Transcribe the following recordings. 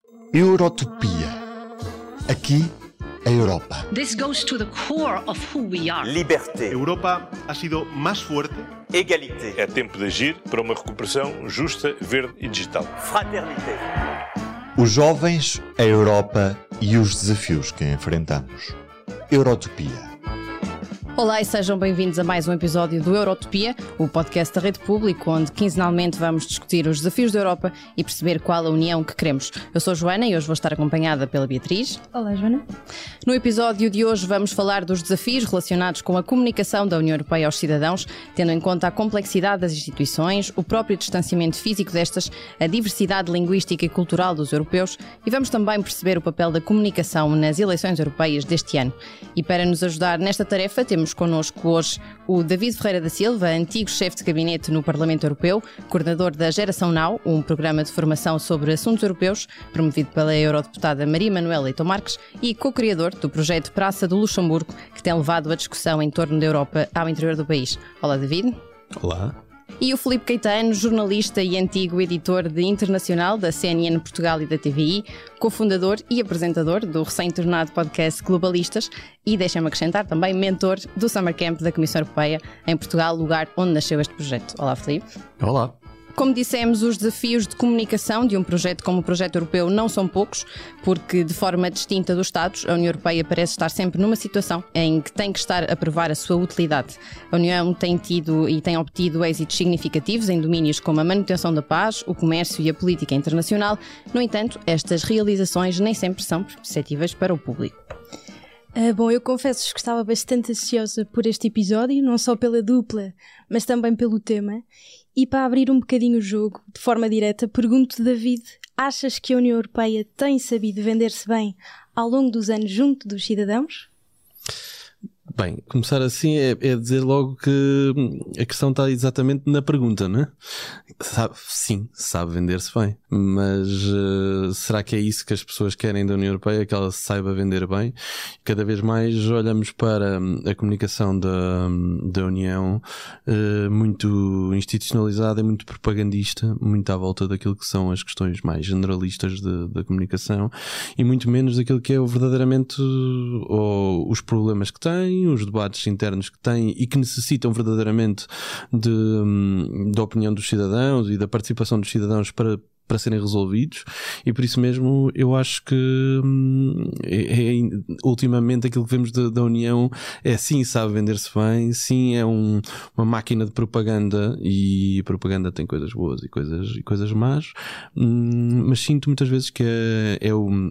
Eurotopia. Aqui, a Europa. This goes to the core of who we are. Liberté. Europa ha sido más fuerte. Égalité. É tempo de agir para uma recuperação justa, verde e digital. Fraternité. Os jovens, a Europa e os desafios que enfrentamos. Eurotopia. Olá e sejam bem-vindos a mais um episódio do Eurotopia, o podcast da Rede Público, onde quinzenalmente vamos discutir os desafios da Europa e perceber qual a união que queremos. Eu sou Joana e hoje vou estar acompanhada pela Beatriz. Olá, Joana. No episódio de hoje vamos falar dos desafios relacionados com a comunicação da União Europeia aos cidadãos, tendo em conta a complexidade das instituições, o próprio distanciamento físico destas, a diversidade linguística e cultural dos europeus e vamos também perceber o papel da comunicação nas eleições europeias deste ano. E para nos ajudar nesta tarefa temos connosco hoje o David Ferreira da Silva, antigo chefe de gabinete no Parlamento Europeu, coordenador da Geração Now, um programa de formação sobre assuntos europeus, promovido pela eurodeputada Maria Manuela Leitão Marques, e co-criador do projeto Praça do Luxemburgo, que tem levado a discussão em torno da Europa ao interior do país. Olá, David. Olá. E o Filipe Caetano, jornalista e antigo editor de internacional da CNN Portugal e da TVI, cofundador e apresentador do recém-tornado podcast Globalistas e, deixem-me acrescentar, também mentor do Summer Camp da Comissão Europeia em Portugal, lugar onde nasceu este projeto. Olá, Filipe. Olá. Como dissemos, os desafios de comunicação de um projeto como o projeto europeu não são poucos, porque, de forma distinta dos Estados, a União Europeia parece estar sempre numa situação em que tem que estar a provar a sua utilidade. A União tem tido e tem obtido êxitos significativos em domínios como a manutenção da paz, o comércio e a política internacional. No entanto, estas realizações nem sempre são perceptíveis para o público. Bom, eu confesso que estava bastante ansiosa por este episódio, não só pela dupla, mas também pelo tema. E para abrir um bocadinho o jogo, de forma direta, pergunto, David, achas que a União Europeia tem sabido vender-se bem ao longo dos anos junto dos cidadãos? Bem, começar assim é dizer logo que a questão está exatamente na pergunta, não é? Sim, sabe vender-se bem, mas será que é isso que as pessoas querem da União Europeia, que ela saiba vender bem? Cada vez mais olhamos para a comunicação da União muito institucionalizada e muito propagandista, muito à volta daquilo que são as questões mais generalistas da comunicação e muito menos daquilo que é verdadeiramente os problemas que tem, os debates internos que têm e que necessitam verdadeiramente da opinião dos cidadãos e da participação dos cidadãos para serem resolvidos, e por isso mesmo eu acho que ultimamente aquilo que vemos da União é sim, sabe vender-se bem, sim, é uma máquina de propaganda, e a propaganda tem coisas boas e coisas más, mas sinto muitas vezes que é um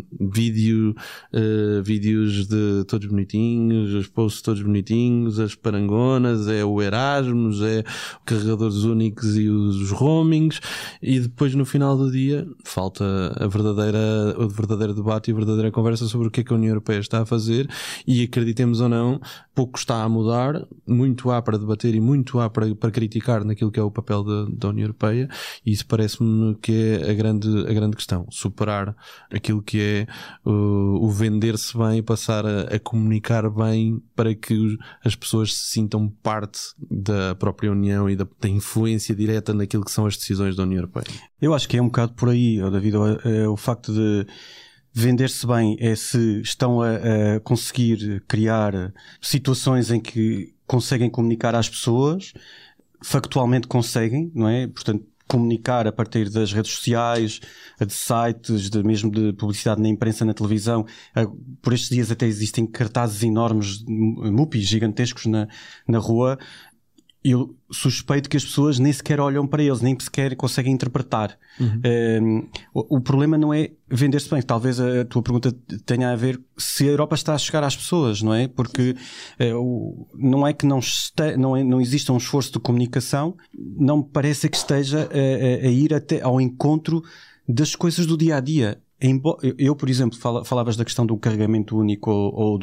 vídeos de todos bonitinhos, os posts todos bonitinhos, as parangonas, é o Erasmus, é o carregadores únicos e os roamings, e depois no final do dia falta o verdadeiro debate e a verdadeira conversa sobre o que é que a União Europeia está a fazer, e acreditemos ou não, pouco está a mudar, muito há para debater e muito há para criticar naquilo que é o papel da União Europeia, e isso parece-me que é a grande questão, superar aquilo que é o vender-se bem e passar a comunicar bem para que as pessoas se sintam parte da própria União e da influência direta naquilo que são as decisões da União Europeia. Eu acho que é um bocado por aí, David, o facto de vender-se bem é se estão a conseguir criar situações em que conseguem comunicar às pessoas, factualmente conseguem, não é? Portanto, comunicar a partir das redes sociais, de sites, mesmo de publicidade na imprensa, na televisão. Por estes dias até existem cartazes enormes, mupis gigantescos na rua. Eu suspeito que as pessoas nem sequer olham para eles, nem sequer conseguem interpretar. O problema não é vender-se bem. Talvez a tua pergunta tenha a ver se a Europa está a chegar às pessoas, não é? Porque não é que não exista um esforço de comunicação, não me parece que esteja a ir até ao encontro das coisas do dia-a-dia. Eu, por exemplo, falavas da questão do carregamento único ou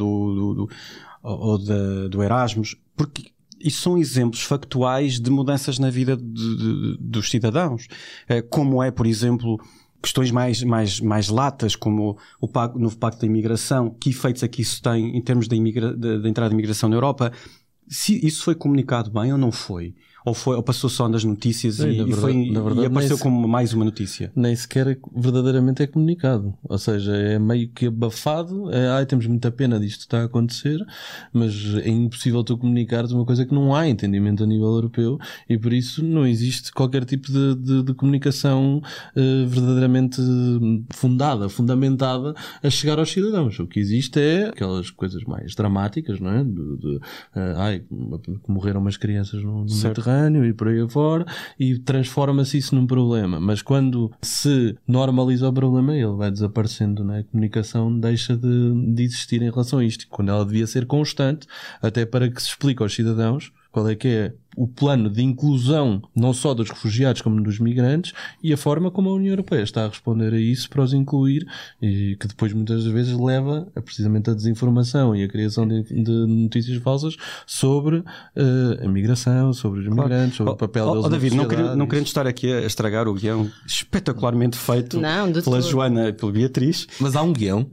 do Erasmus, porque isso são exemplos factuais de mudanças na vida dos cidadãos. Como é, por exemplo, questões mais latas, como o novo Pacto da Imigração, que efeitos é que isso tem em termos da entrada de imigração na Europa. Se isso foi comunicado bem ou não foi? ou passou só nas notícias Sim, e apareceu como mais uma notícia? Nem sequer verdadeiramente é comunicado. Ou seja, é meio que abafado. Temos muita pena disto estar a acontecer, mas é impossível tu comunicares uma coisa que não há entendimento a nível europeu, e por isso não existe qualquer tipo de comunicação verdadeiramente fundamentada a chegar aos cidadãos. O que existe é aquelas coisas mais dramáticas, não é? Que morreram umas crianças no Mediterrâneo e por aí afora, e transforma-se isso num problema. Mas quando se normaliza o problema, ele vai desaparecendo, não é? A comunicação deixa de existir em relação a isto, quando ela devia ser constante, até para que se explique aos cidadãos qual é que é o plano de inclusão não só dos refugiados como dos migrantes, e a forma como a União Europeia está a responder a isso para os incluir, e que depois muitas vezes leva a precisamente a desinformação e a criação de notícias falsas sobre a migração, sobre os migrantes, sobre o papel deles na David, sociedade. não querendo estar aqui a estragar o guião espetacularmente feito pela Joana e pela Beatriz, mas há um guião.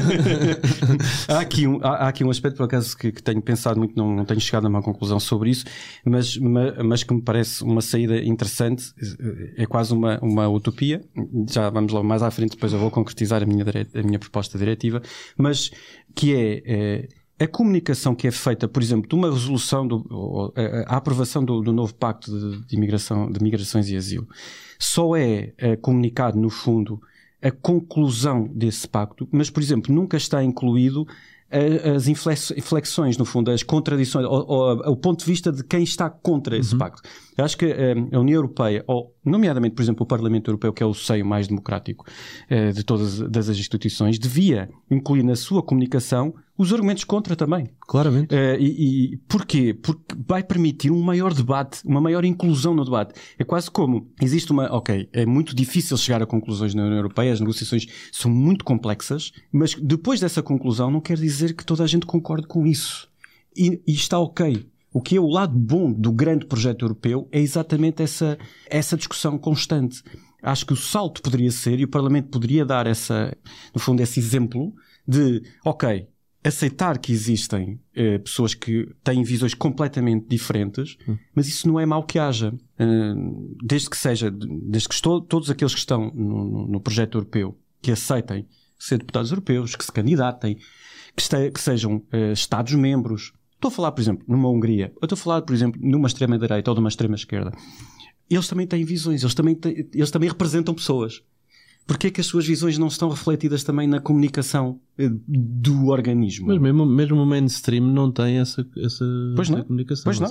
há aqui um aspecto, por acaso, que tenho pensado muito, não tenho chegado a uma conclusão sobre isso, mas que me parece uma saída interessante. É quase uma utopia. Já vamos lá mais à frente, depois eu vou concretizar a minha proposta diretiva, mas que é a comunicação que é feita, por exemplo, de uma resolução, a aprovação do novo Pacto de Migrações e Asilo, só é comunicado, no fundo, a conclusão desse pacto, mas, por exemplo, nunca está incluído as inflexões, no fundo, as contradições, ou o ponto de vista de quem está contra esse pacto. Eu acho que a União Europeia, ou nomeadamente, por exemplo, o Parlamento Europeu, que é o seio mais democrático de todas as instituições, devia incluir na sua comunicação os argumentos contra também. Claramente. E porquê? Porque vai permitir um maior debate, uma maior inclusão no debate. É quase como existe é muito difícil chegar a conclusões na União Europeia, as negociações são muito complexas, mas depois dessa conclusão não quer dizer que toda a gente concorde com isso. E está ok. O que é o lado bom do grande projeto europeu é exatamente essa discussão constante. Acho que o salto poderia ser, e o Parlamento poderia dar no fundo, esse exemplo de, aceitar que existem pessoas que têm visões completamente diferentes, mas isso não é mau que haja. Desde que todos aqueles que estão no projeto europeu que aceitem ser deputados europeus, que se candidatem, que sejam Estados-membros. Estou a falar, por exemplo, numa Hungria. Eu estou a falar, por exemplo, numa extrema-direita ou de uma extrema-esquerda. Eles também têm visões, eles também representam pessoas. Porquê é que as suas visões não estão refletidas também na comunicação do organismo? Mas mesmo o mainstream não tem essa comunicação. Pois não.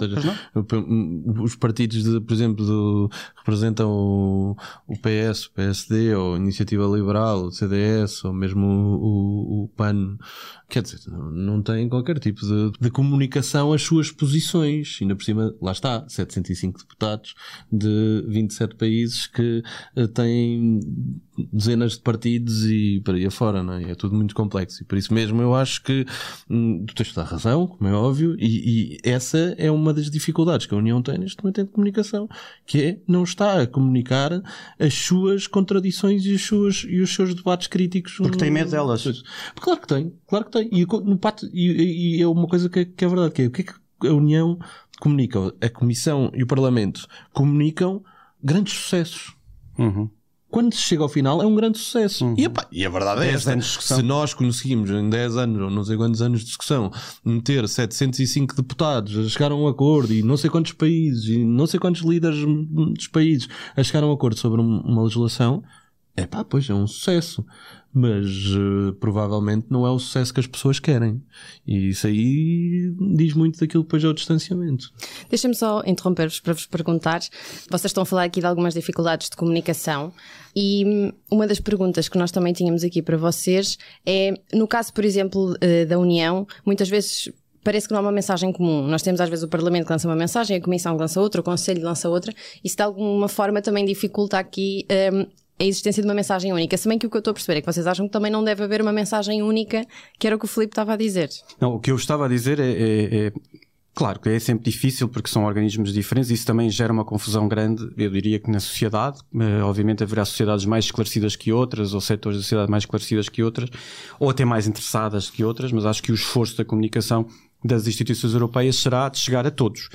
Os partidos, por exemplo, representam o PS, o PSD, ou a Iniciativa Liberal, o CDS, ou mesmo o PAN. Quer dizer, não têm qualquer tipo de comunicação às suas posições. E ainda por cima, lá está, 705 deputados de 27 países que têm dezenas de partidos e para aí afora, não é? É tudo muito complexo, e por isso mesmo eu acho que tu tens toda a razão, como é óbvio, e essa é uma das dificuldades que a União tem neste momento de comunicação, que é não está a comunicar as suas contradições e os seus debates críticos. Porque tem medo delas. Claro que tem. E é uma coisa que é verdade, que é o que é que a União comunica? A Comissão e o Parlamento comunicam grandes sucessos. Quando se chega ao final é um grande sucesso. E a verdade é esta. Se nós conseguimos em 10 anos, ou não sei quantos anos de discussão, meter 705 deputados a chegar a um acordo, e não sei quantos países, e não sei quantos líderes dos países a chegar a um acordo sobre uma legislação, pois é um sucesso. Mas provavelmente não é o sucesso que as pessoas querem. E isso aí diz muito daquilo que depois é o distanciamento. Deixem-me só interromper-vos para vos perguntar. Vocês estão a falar aqui de algumas dificuldades de comunicação, e uma das perguntas que nós também tínhamos aqui para vocês é, no caso, por exemplo, da União, muitas vezes parece que não há uma mensagem comum. Nós temos às vezes o Parlamento que lança uma mensagem, a Comissão que lança outra, o Conselho lança outra. Isso de alguma forma também dificulta aqui a existência de uma mensagem única. Se bem que o que eu estou a perceber é que vocês acham que também não deve haver uma mensagem única, que era o que o Filipe estava a dizer. Não, o que eu estava a dizer é claro que é sempre difícil porque são organismos diferentes, isso também gera uma confusão grande, eu diria que na sociedade. Obviamente haverá sociedades mais esclarecidas que outras, ou setores da sociedade mais esclarecidas que outras, ou até mais interessadas que outras, mas acho que o esforço da comunicação das instituições europeias será de chegar a todos.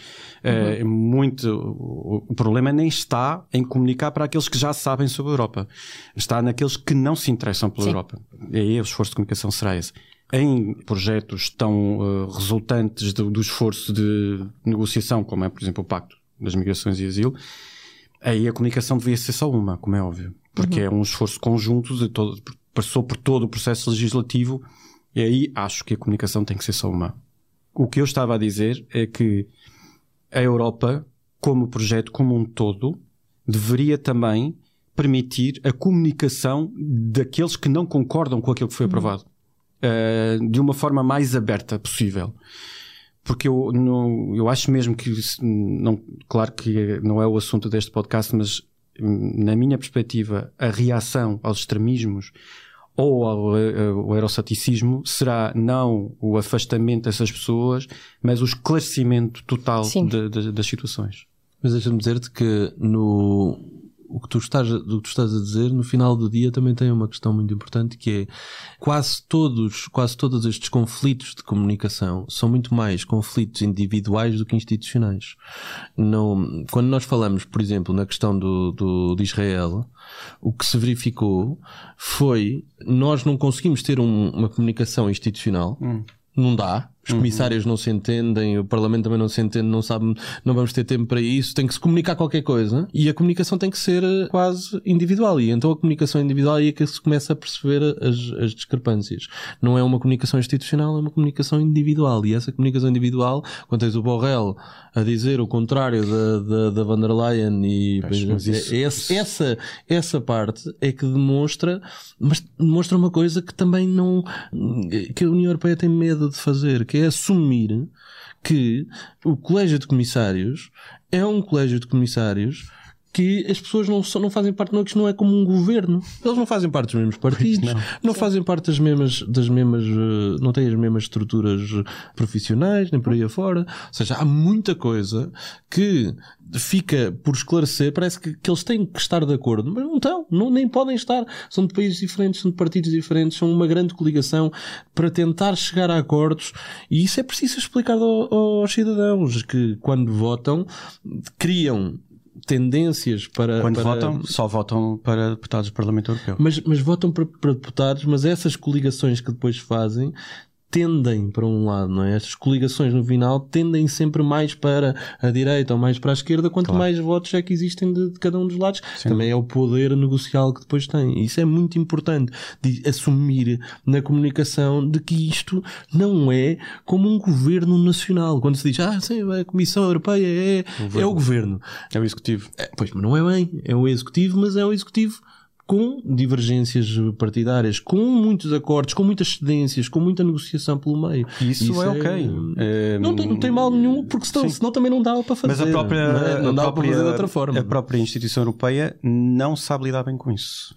O problema nem está em comunicar para aqueles que já sabem sobre a Europa. Está naqueles que não se interessam pela Europa. E aí o esforço de comunicação será esse. Em projetos tão resultantes do esforço de negociação, como é, por exemplo, o Pacto das Migrações e Asilo, aí a comunicação devia ser só uma, como é óbvio. Porque é um esforço conjunto, passou por todo o processo legislativo, e aí acho que a comunicação tem que ser só uma. O que eu estava a dizer é que a Europa, como projeto, como um todo, deveria também permitir a comunicação daqueles que não concordam com aquilo que foi aprovado. De uma forma mais aberta possível. Porque eu acho mesmo que, claro que não é o assunto deste podcast, mas na minha perspectiva, a reação aos extremismos ou ao euroceticismo será não o afastamento dessas pessoas, mas o esclarecimento total das situações. Mas deixa-me dizer-te que o que tu estás a dizer, no final do dia também tem uma questão muito importante, que é quase todos estes conflitos de comunicação são muito mais conflitos individuais do que institucionais. Quando nós falamos, por exemplo, na questão de Israel, o que se verificou foi nós não conseguimos ter uma comunicação institucional. Não dá. Os comissários não se entendem, o Parlamento também não se entende, não sabe, não vamos ter tempo para isso, tem que se comunicar qualquer coisa e a comunicação tem que ser quase individual, e então a comunicação individual é que se começa a perceber as discrepâncias. Não é uma comunicação institucional, é uma comunicação individual, e essa comunicação individual, quando tens o Borrell a dizer o contrário da von der Leyen e essa parte é que demonstra uma coisa que também que a União Europeia tem medo de fazer, que é assumir que o Colégio de Comissários é um Colégio de Comissários que as pessoas não fazem parte, que isto não é como um governo. Eles não fazem parte dos mesmos partidos, não fazem parte das mesmas, não têm as mesmas estruturas profissionais, nem por aí afora. Ou seja, há muita coisa que fica por esclarecer, parece que eles têm que estar de acordo, mas não estão, nem podem estar. São de países diferentes, são de partidos diferentes, são uma grande coligação para tentar chegar a acordos, e isso é preciso explicar aos cidadãos, que quando votam, criam tendências para... Quando votam, só votam para deputados do Parlamento Europeu. Mas votam para deputados, mas essas coligações que depois fazem tendem para um lado, não é? Estas coligações no final tendem sempre mais para a direita ou mais para a esquerda, quanto mais votos é que existem de cada um dos lados. Sim. Também é o poder negocial que depois tem. E isso é muito importante, de assumir na comunicação de que isto não é como um governo nacional. Quando se diz, sim, a Comissão Europeia é o governo. É o executivo. Pois, mas não é bem. É o executivo, mas é o executivo com divergências partidárias, com muitos acordos, com muitas cedências, com muita negociação pelo meio. Isso é ok. Não tem mal nenhum, porque senão também não dava para fazer. Mas não dava para fazer de outra forma. A própria instituição europeia não sabe lidar bem com isso.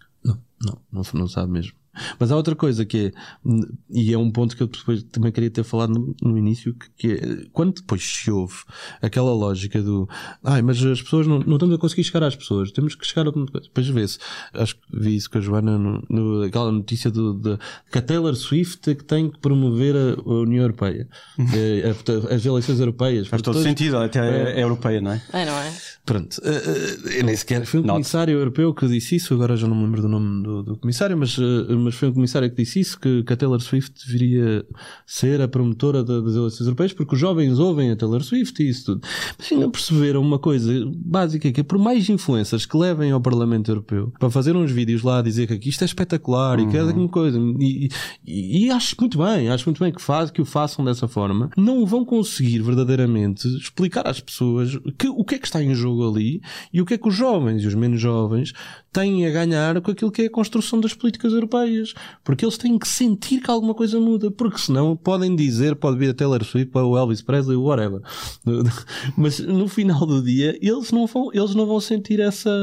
Não sabe mesmo. Mas há outra coisa que é, e é um ponto que eu depois também queria ter falado no início, que é, quando depois se ouve aquela lógica do mas as pessoas não estamos a conseguir chegar às pessoas, temos que chegar a outra coisa. Depois vê-se, acho que vi isso com a Joana aquela notícia que a Taylor Swift que tem que promover a União Europeia, as eleições europeias. Faz todo sentido, até é europeia, não é? Não é? Pronto, nem sequer foi um comissário europeu que disse isso, agora já não me lembro do nome do comissário, mas foi um comissário que disse isso, que a Taylor Swift deveria ser a promotora das eleições europeias, porque os jovens ouvem a Taylor Swift e isso tudo. Mas ainda perceberam uma coisa básica, que é, por mais influências que levem ao Parlamento Europeu para fazer uns vídeos lá a dizer que isto é espetacular e que é alguma coisa, e acho muito bem que o façam dessa forma, não vão conseguir verdadeiramente explicar às pessoas o que é que está em jogo ali e o que é que os jovens e os menos jovens têm a ganhar com aquilo que é a construção das políticas europeias, porque eles têm que sentir que alguma coisa muda, porque senão podem dizer, pode vir a Taylor Swift, o Elvis Presley, whatever, mas no final do dia eles não vão sentir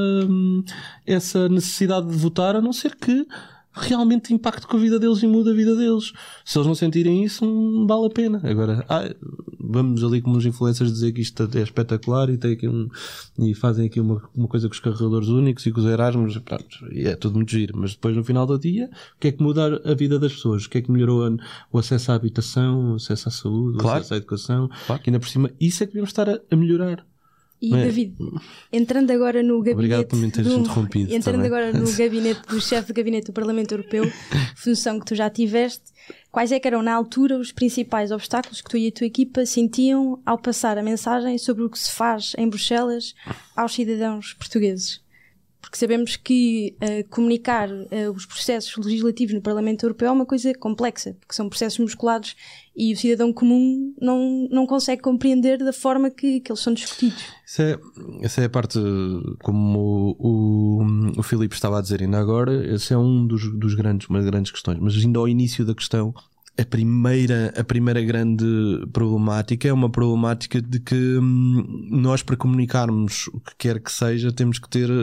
essa necessidade de votar, a não ser que realmente impacte com a vida deles e muda a vida deles. Se eles não sentirem isso, não vale a pena. Agora, vamos ali como os influencers dizer que isto é espetacular e, tem aqui e fazem aqui uma coisa com os carregadores únicos e com os Erasmus, pronto, e é tudo muito giro, mas depois no final do dia, o que é que muda a vida das pessoas? O que é que melhorou o acesso à habitação, o acesso à saúde, o acesso à educação, que ainda por cima, isso é que devíamos estar a melhorar. E David, entrando agora no gabinete. Obrigado por me teres interrompido. Entrando agora no gabinete do chefe de gabinete do Parlamento Europeu, função que tu já tiveste, quais é que eram na altura os principais obstáculos que tu e a tua equipa sentiam ao passar a mensagem sobre o que se faz em Bruxelas aos cidadãos portugueses? Porque sabemos que comunicar os processos legislativos no Parlamento Europeu é uma coisa complexa, porque são processos musculados e o cidadão comum não consegue compreender da forma que eles são discutidos. Essa é a parte, como o Filipe estava a dizer ainda agora, esse é uma das grandes questões. Mas ainda ao início da questão, a primeira grande problemática é uma problemática de que nós, para comunicarmos o que quer que seja, temos que ter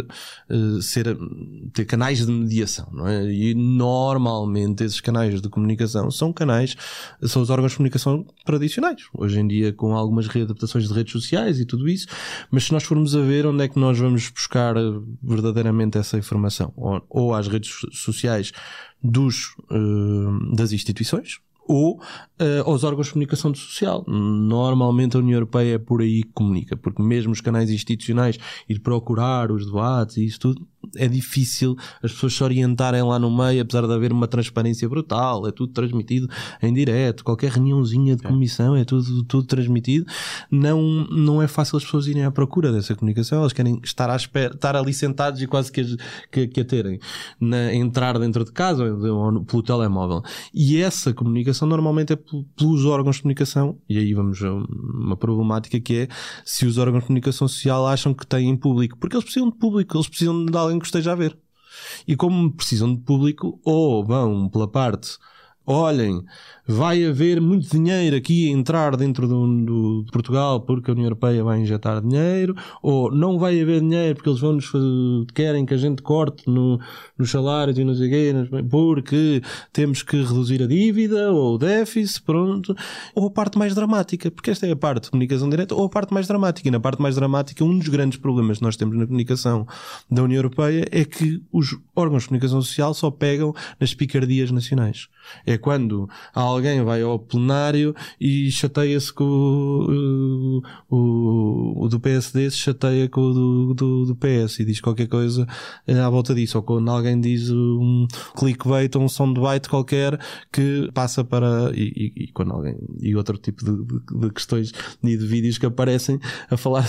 canais de mediação, não é? E normalmente esses canais de comunicação são os órgãos de comunicação tradicionais, hoje em dia com algumas readaptações de redes sociais e tudo isso, mas se nós formos a ver onde é que nós vamos buscar verdadeiramente essa informação, ou às redes sociais das instituições ou aos órgãos de comunicação social. Normalmente a União Europeia é por aí que comunica, porque mesmo os canais institucionais ir procurar os debates e isso tudo, é difícil as pessoas se orientarem lá no meio, apesar de haver uma transparência brutal, é tudo transmitido em direto, qualquer reuniãozinha de comissão é tudo transmitido. Não é fácil as pessoas irem à procura dessa comunicação, elas querem estar ali sentados e quase que a terem, entrar dentro de casa ou pelo telemóvel. E essa comunicação normalmente é pelos órgãos de comunicação, e aí vamos a uma problemática que é se os órgãos de comunicação social acham que têm público, porque eles precisam de público, eles precisam de alguém que esteja a ver. E como precisam de público, ou vão pela parte, olhem, vai haver muito dinheiro aqui a entrar dentro de Portugal porque a União Europeia vai injetar dinheiro, ou não vai haver dinheiro porque eles querem que a gente corte nos salários e não sei o quê, porque temos que reduzir a dívida ou o déficit, pronto. Ou a parte mais dramática, porque esta é a parte de comunicação direta, ou a parte mais dramática. E na parte mais dramática, um dos grandes problemas que nós temos na comunicação da União Europeia é que os órgãos de comunicação social só pegam nas picardias nacionais. É quando alguém vai ao plenário e chateia-se com o do PSD, se chateia com o do PS e diz qualquer coisa à volta disso, ou quando alguém diz um clickbait ou um soundbite qualquer que passa para quando alguém e outro tipo de questões e de vídeos que aparecem a falar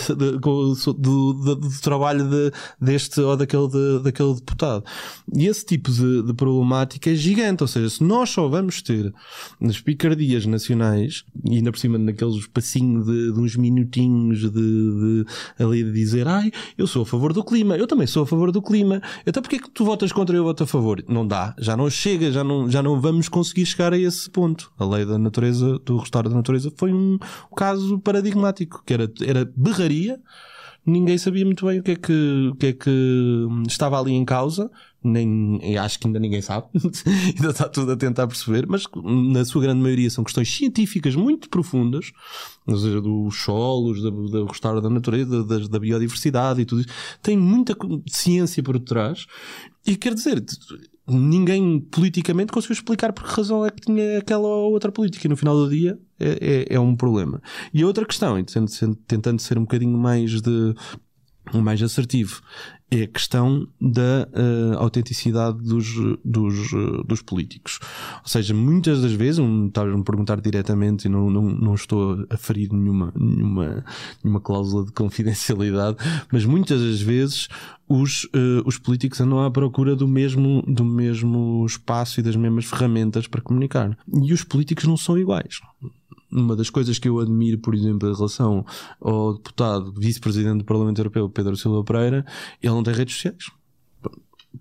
do trabalho deste ou daquele deputado. E esse tipo de problemática é gigante, ou seja, se nós só vamos ter nas picardias nacionais e ainda por cima naqueles espacinho de uns minutinhos ali de dizer eu sou a favor do clima, eu também sou a favor do clima, então porque é que tu votas contra e eu voto a favor? Não dá, já não chega, já não vamos conseguir chegar a esse ponto. A lei da natureza, do restauro da natureza, foi um caso paradigmático, que era berraria, ninguém sabia muito bem o que é que estava ali em causa, acho que ainda ninguém sabe, ainda está tudo a tentar perceber, mas na sua grande maioria são questões científicas muito profundas, ou seja, dos solos, do restauro da natureza, da biodiversidade e tudo isso. Tem muita ciência por detrás e quer dizer, ninguém politicamente conseguiu explicar por que razão é que tinha aquela ou outra política, e no final do dia é um problema. E a outra questão, tentando ser um bocadinho mais assertivo, é a questão da autenticidade dos políticos. Ou seja, muitas das vezes, estavas-me a perguntar diretamente e não estou a ferir nenhuma cláusula de confidencialidade, mas muitas das vezes os políticos andam à procura do mesmo espaço e das mesmas ferramentas para comunicar. E os políticos não são iguais. Uma das coisas que eu admiro, por exemplo, em relação ao deputado vice-presidente do Parlamento Europeu, Pedro Silva Pereira, ele não tem redes sociais. Porquê?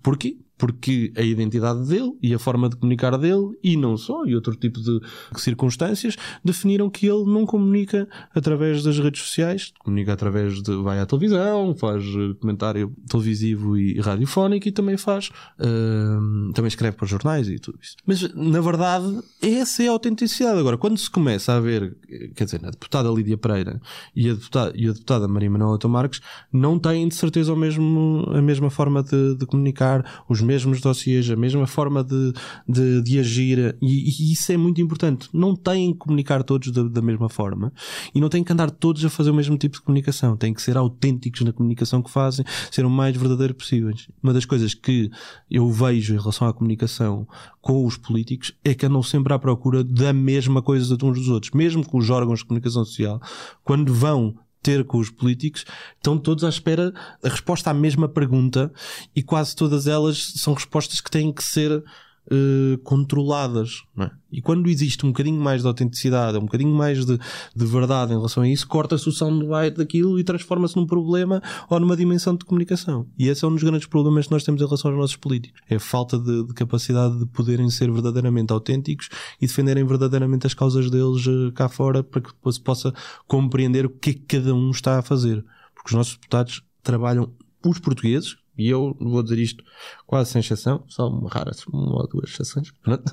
porque a identidade dele e a forma de comunicar dele, e não só, e outro tipo de circunstâncias, definiram que ele não comunica através das redes sociais, comunica através de... vai à televisão, faz comentário televisivo e radiofónico, e também faz... também escreve para os jornais e tudo isso. Mas, na verdade, essa é a autenticidade. Agora, quando se começa a ver, quer dizer, a deputada Lídia Pereira e a deputada Maria Manuela Leitão Marques não têm, de certeza, a mesma forma de comunicar, os mesmos dossiês, a mesma forma de agir, e isso é muito importante. Não têm que comunicar todos da mesma forma e não têm que andar todos a fazer o mesmo tipo de comunicação. Têm que ser autênticos na comunicação que fazem, ser o mais verdadeiro possíveis. Uma das coisas que eu vejo em relação à comunicação com os políticos é que andam sempre à procura da mesma coisa de uns dos outros, mesmo com os órgãos de comunicação social, quando vão ter com os políticos, estão todos à espera da resposta à mesma pergunta, e quase todas elas são respostas que têm que ser controladas, não é? E quando existe um bocadinho mais de autenticidade, um bocadinho mais de verdade em relação a isso, corta-se o soundbite daquilo e transforma-se num problema ou numa dimensão de comunicação. E esse é um dos grandes problemas que nós temos em relação aos nossos políticos. É a falta de capacidade de poderem ser verdadeiramente autênticos e defenderem verdadeiramente as causas deles cá fora, para que depois se possa compreender o que é que cada um está a fazer. Porque os nossos deputados trabalham, os portugueses, e eu vou dizer isto quase sem exceção, só uma ou duas exceções,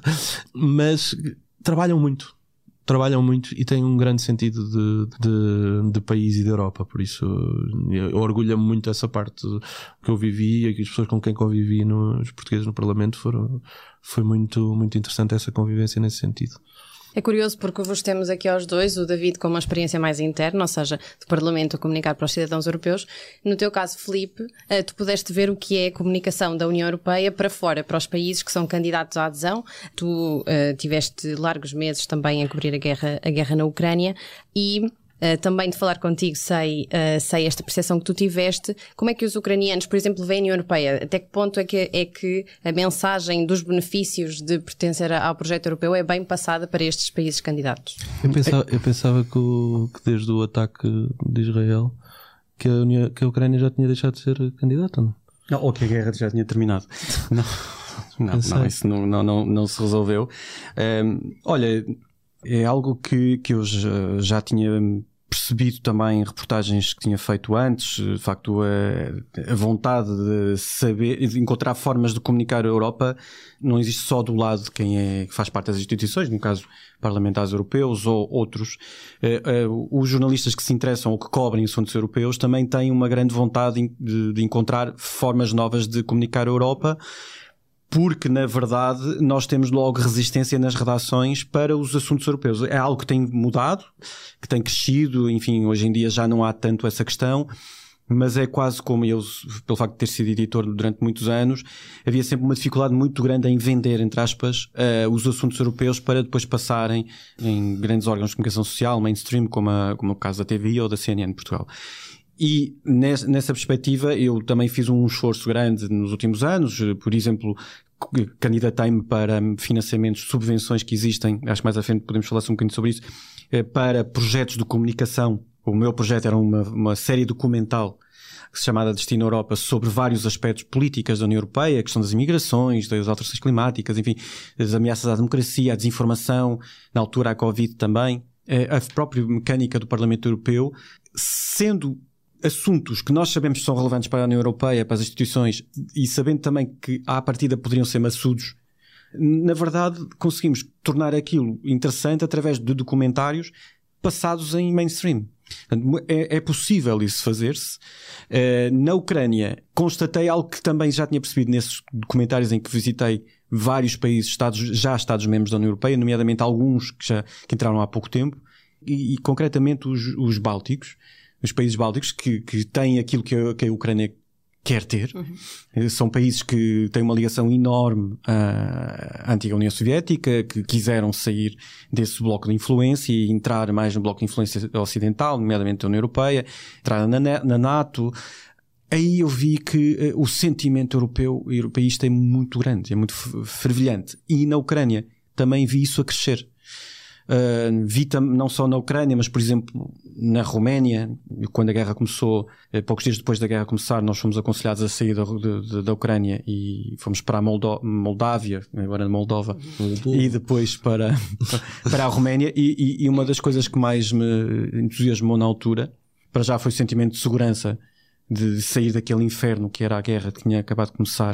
mas trabalham muito e têm um grande sentido de país e de Europa. Por isso eu orgulho-me muito dessa parte que eu vivi, e as pessoas com quem convivi, os portugueses no Parlamento, foi muito, muito interessante essa convivência nesse sentido. É curioso porque vos temos aqui aos dois, o David com uma experiência mais interna, ou seja, do Parlamento a comunicar para os cidadãos europeus. No teu caso, Filipe, tu pudeste ver o que é a comunicação da União Europeia para fora, para os países que são candidatos à adesão. Tu tiveste largos meses também a cobrir a guerra na Ucrânia, e também de falar contigo sei esta percepção que tu tiveste. Como é que os ucranianos, por exemplo, veem a União Europeia? Até que ponto é que a mensagem dos benefícios de pertencer ao projeto europeu é bem passada para estes países candidatos? Eu pensava que desde o ataque de Israel que a Ucrânia já tinha deixado de ser candidata, não? Não, ou que a guerra já tinha terminado. Não, isso não se resolveu. Olha, é algo que eu já tinha percebido também em reportagens que tinha feito antes. De facto, a vontade de saber, de encontrar formas de comunicar a Europa não existe só do lado de quem que faz parte das instituições, no caso parlamentares europeus ou outros. Os jornalistas que se interessam ou que cobrem assuntos europeus também têm uma grande vontade de encontrar formas novas de comunicar a Europa, porque, na verdade, nós temos logo resistência nas redações para os assuntos europeus. É algo que tem mudado, que tem crescido, enfim, hoje em dia já não há tanto essa questão, mas é quase como eu, pelo facto de ter sido editor durante muitos anos, havia sempre uma dificuldade muito grande em vender, entre aspas, os assuntos europeus para depois passarem em grandes órgãos de comunicação social, mainstream, como o caso da TVI ou da CNN de Portugal. E nessa perspectiva eu também fiz um esforço grande nos últimos anos. Por exemplo, candidatei-me para financiamentos, subvenções que existem, acho que mais à frente podemos falar um bocadinho sobre isso, para projetos de comunicação. O meu projeto era uma série documental chamada Destino Europa, sobre vários aspectos políticos da União Europeia, a questão das imigrações, das alterações climáticas, enfim, das ameaças à democracia, à desinformação, na altura à Covid também, a própria mecânica do Parlamento Europeu, sendo assuntos que nós sabemos que são relevantes para a União Europeia, para as instituições, e sabendo também que à partida poderiam ser maçudos, na verdade conseguimos tornar aquilo interessante através de documentários passados em mainstream. É possível isso fazer-se. Na Ucrânia constatei algo que também já tinha percebido nesses documentários em que visitei vários países, Estados-membros da União Europeia, nomeadamente alguns que entraram há pouco tempo, e concretamente os bálticos, os países bálticos que têm aquilo que a Ucrânia quer ter. São países que têm uma ligação enorme à antiga União Soviética, que quiseram sair desse bloco de influência e entrar mais no bloco de influência ocidental, nomeadamente da União Europeia, entrar na NATO. Aí eu vi que o sentimento europeu e europeísta é muito grande, é muito fervilhante. E na Ucrânia também vi isso a crescer. Vi não só na Ucrânia, mas por exemplo na Roménia, quando a guerra começou, poucos dias depois da guerra começar, nós fomos aconselhados a sair da Ucrânia e fomos para a Moldávia, agora Moldova, e depois para a Roménia, e uma das coisas que mais me entusiasmou na altura, para já, foi o sentimento de segurança, de sair daquele inferno que era a guerra que tinha acabado de começar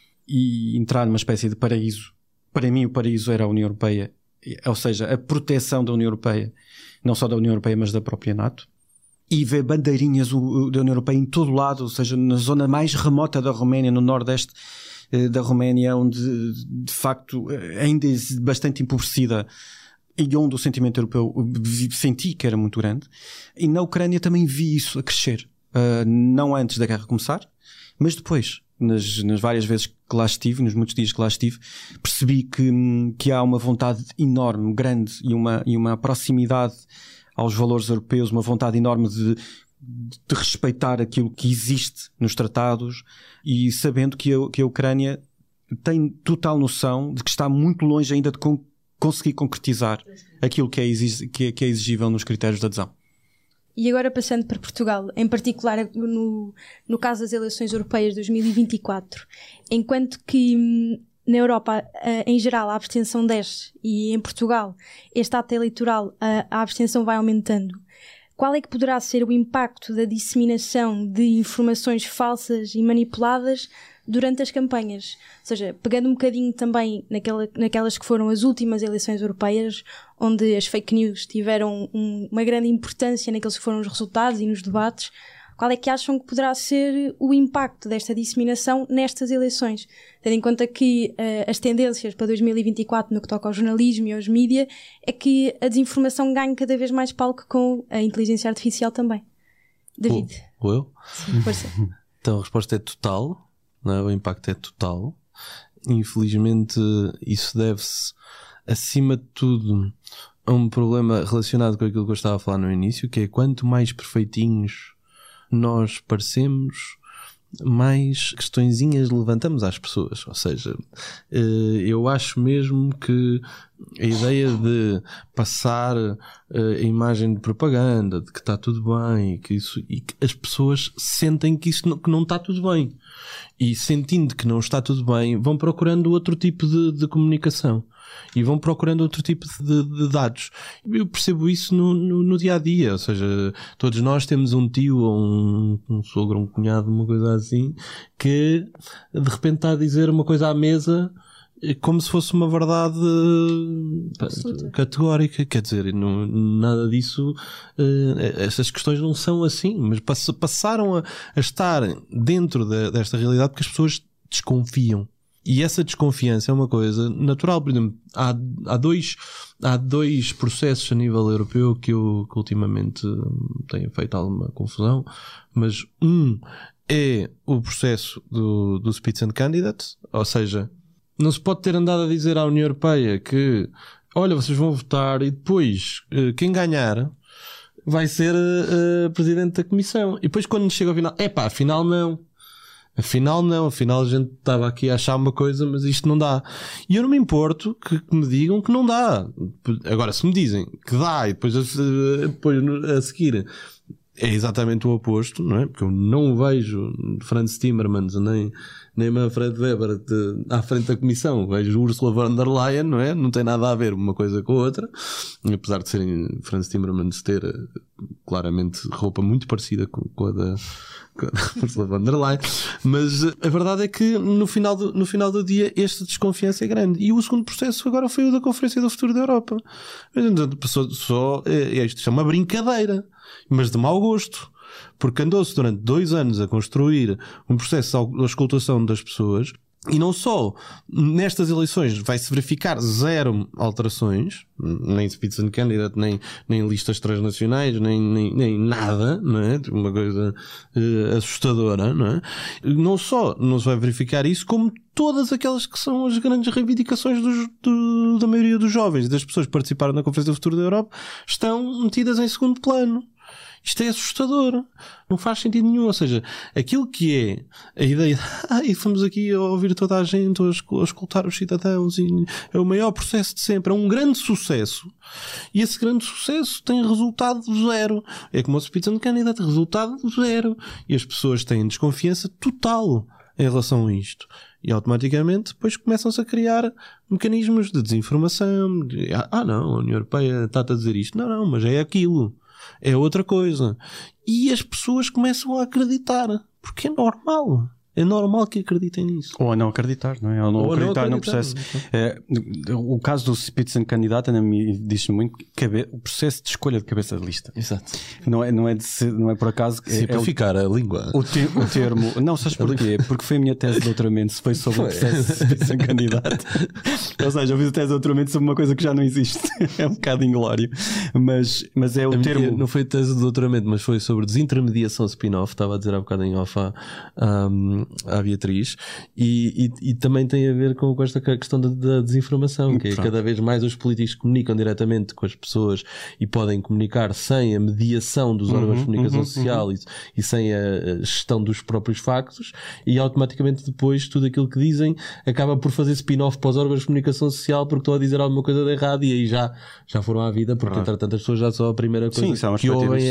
e entrar numa espécie de paraíso. Para mim o paraíso era a União Europeia, ou seja, a proteção da União Europeia, não só da União Europeia mas da própria NATO, e ver bandeirinhas da União Europeia em todo lado, ou seja, na zona mais remota da Roménia, no nordeste da Roménia, onde de facto ainda é bastante empobrecida e onde o sentimento europeu senti que era muito grande. E na Ucrânia também vi isso a crescer, não antes da guerra começar, mas depois. Nas várias vezes que lá estive, nos muitos dias que lá estive, percebi que há uma vontade enorme, grande, e uma proximidade aos valores europeus, uma vontade enorme de respeitar aquilo que existe nos tratados, e sabendo que a Ucrânia tem total noção de que está muito longe ainda de conseguir concretizar aquilo que é exigível nos critérios de adesão. E agora passando para Portugal, em particular no caso das eleições europeias de 2024, enquanto que na Europa em geral a abstenção desce e em Portugal este ato eleitoral a abstenção vai aumentando, qual é que poderá ser o impacto da disseminação de informações falsas e manipuladas durante as campanhas? Ou seja, pegando um bocadinho também naquelas que foram as últimas eleições europeias, onde as fake news tiveram uma grande importância naqueles que foram os resultados e nos debates, qual é que acham que poderá ser o impacto desta disseminação nestas eleições? Tendo em conta que as tendências para 2024 no que toca ao jornalismo e aos mídias é que a desinformação ganhe cada vez mais palco com a inteligência artificial também. David? Eu? Sim, força. Então a resposta é total. Não é? O impacto é total. Infelizmente isso deve-se acima de tudo a um problema relacionado com aquilo que eu estava a falar no início, que é quanto mais perfeitinhos nós parecemos, mais questõezinhas levantamos às pessoas. Ou seja, eu acho mesmo que a ideia de passar a imagem de propaganda, de que está tudo bem, e que as pessoas sentem que isso que não está tudo bem, e sentindo que não está tudo bem, vão procurando outro tipo de comunicação e vão procurando outro tipo de dados. Eu percebo isso no dia a dia, ou seja, todos nós temos um tio ou um sogro, um cunhado, uma coisa assim, que de repente está a dizer uma coisa à mesa como se fosse uma verdade categórica. Quer dizer, nada disso, essas questões não são assim, mas passaram a estar dentro desta realidade porque as pessoas desconfiam. E essa desconfiança é uma coisa natural. Por exemplo, há dois processos a nível europeu que ultimamente tenho feito alguma confusão, mas é o processo do Spitzenkandidat, ou seja, não se pode ter andado a dizer à União Europeia que, olha, vocês vão votar e depois quem ganhar vai ser presidente da Comissão. E depois quando chega ao final, afinal não. Afinal a gente estava aqui a achar uma coisa, mas isto não dá. E eu não me importo que me digam que não dá. Agora, se me dizem que dá e depois a seguir é exatamente o oposto, não é? Porque eu não vejo Franz Timmermans nem Manfred Weber à frente da Comissão. Vejo Ursula von der Leyen, não é? Não tem nada a ver uma coisa com a outra. Apesar de serem Franz Timmermans ter claramente roupa muito parecida com a da Ursula von der Leyen. Mas a verdade é que no final do dia esta desconfiança é grande. E o segundo processo agora foi o da Conferência do Futuro da Europa. Isto é uma brincadeira, mas de mau gosto. Porque andou-se durante 2 anos a construir um processo de auscultação das pessoas, e não só nestas eleições vai-se verificar 0 alterações, nem Spitzenkandidat, nem listas transnacionais, nem nada, não é? Uma coisa assustadora, não é? Não só não se vai verificar isso, como todas aquelas que são as grandes reivindicações da maioria dos jovens e das pessoas que participaram na Conferência do Futuro da Europa estão metidas em segundo plano. Isto é assustador, não faz sentido nenhum. Ou seja, aquilo que é a ideia de fomos aqui a ouvir toda a gente, a escutar os cidadãos, e é o maior processo de sempre, é um grande sucesso, e esse grande sucesso tem resultado zero. É como o Spitzenkandidat, resultado zero, e as pessoas têm desconfiança total em relação a isto. E automaticamente depois começam-se a criar mecanismos de desinformação. Não, a União Europeia está-te a dizer isto. Não, mas é aquilo. É outra coisa. E as pessoas começam a acreditar. Porque é normal. É normal que acreditem nisso. Ou a não acreditar, não é? Ou não acreditar no processo. O caso do Spitzenkandidat diz-me muito que o processo de escolha de cabeça de lista. Exato. Não é por acaso. Simplificar a língua. O termo. Não, sabes porquê? Porque foi a minha tese de doutoramento, foi sobre o processo de Spitzenkandidat. Ou seja, eu fiz a tese de doutoramento sobre uma coisa que já não existe. É um bocado inglório. Mas é o termo. Não foi tese de doutoramento, mas foi sobre desintermediação spin-off. Estava a dizer há bocado em off à Beatriz, e também tem a ver com esta questão da desinformação, que é cada vez mais os políticos comunicam diretamente com as pessoas e podem comunicar sem a mediação dos órgãos de comunicação social e sem a gestão dos próprios factos, e automaticamente depois tudo aquilo que dizem acaba por fazer spin-off para os órgãos de comunicação social porque estão a dizer alguma coisa de errado, e aí já foram à vida, porque entretanto as pessoas já só a primeira coisa que ouvem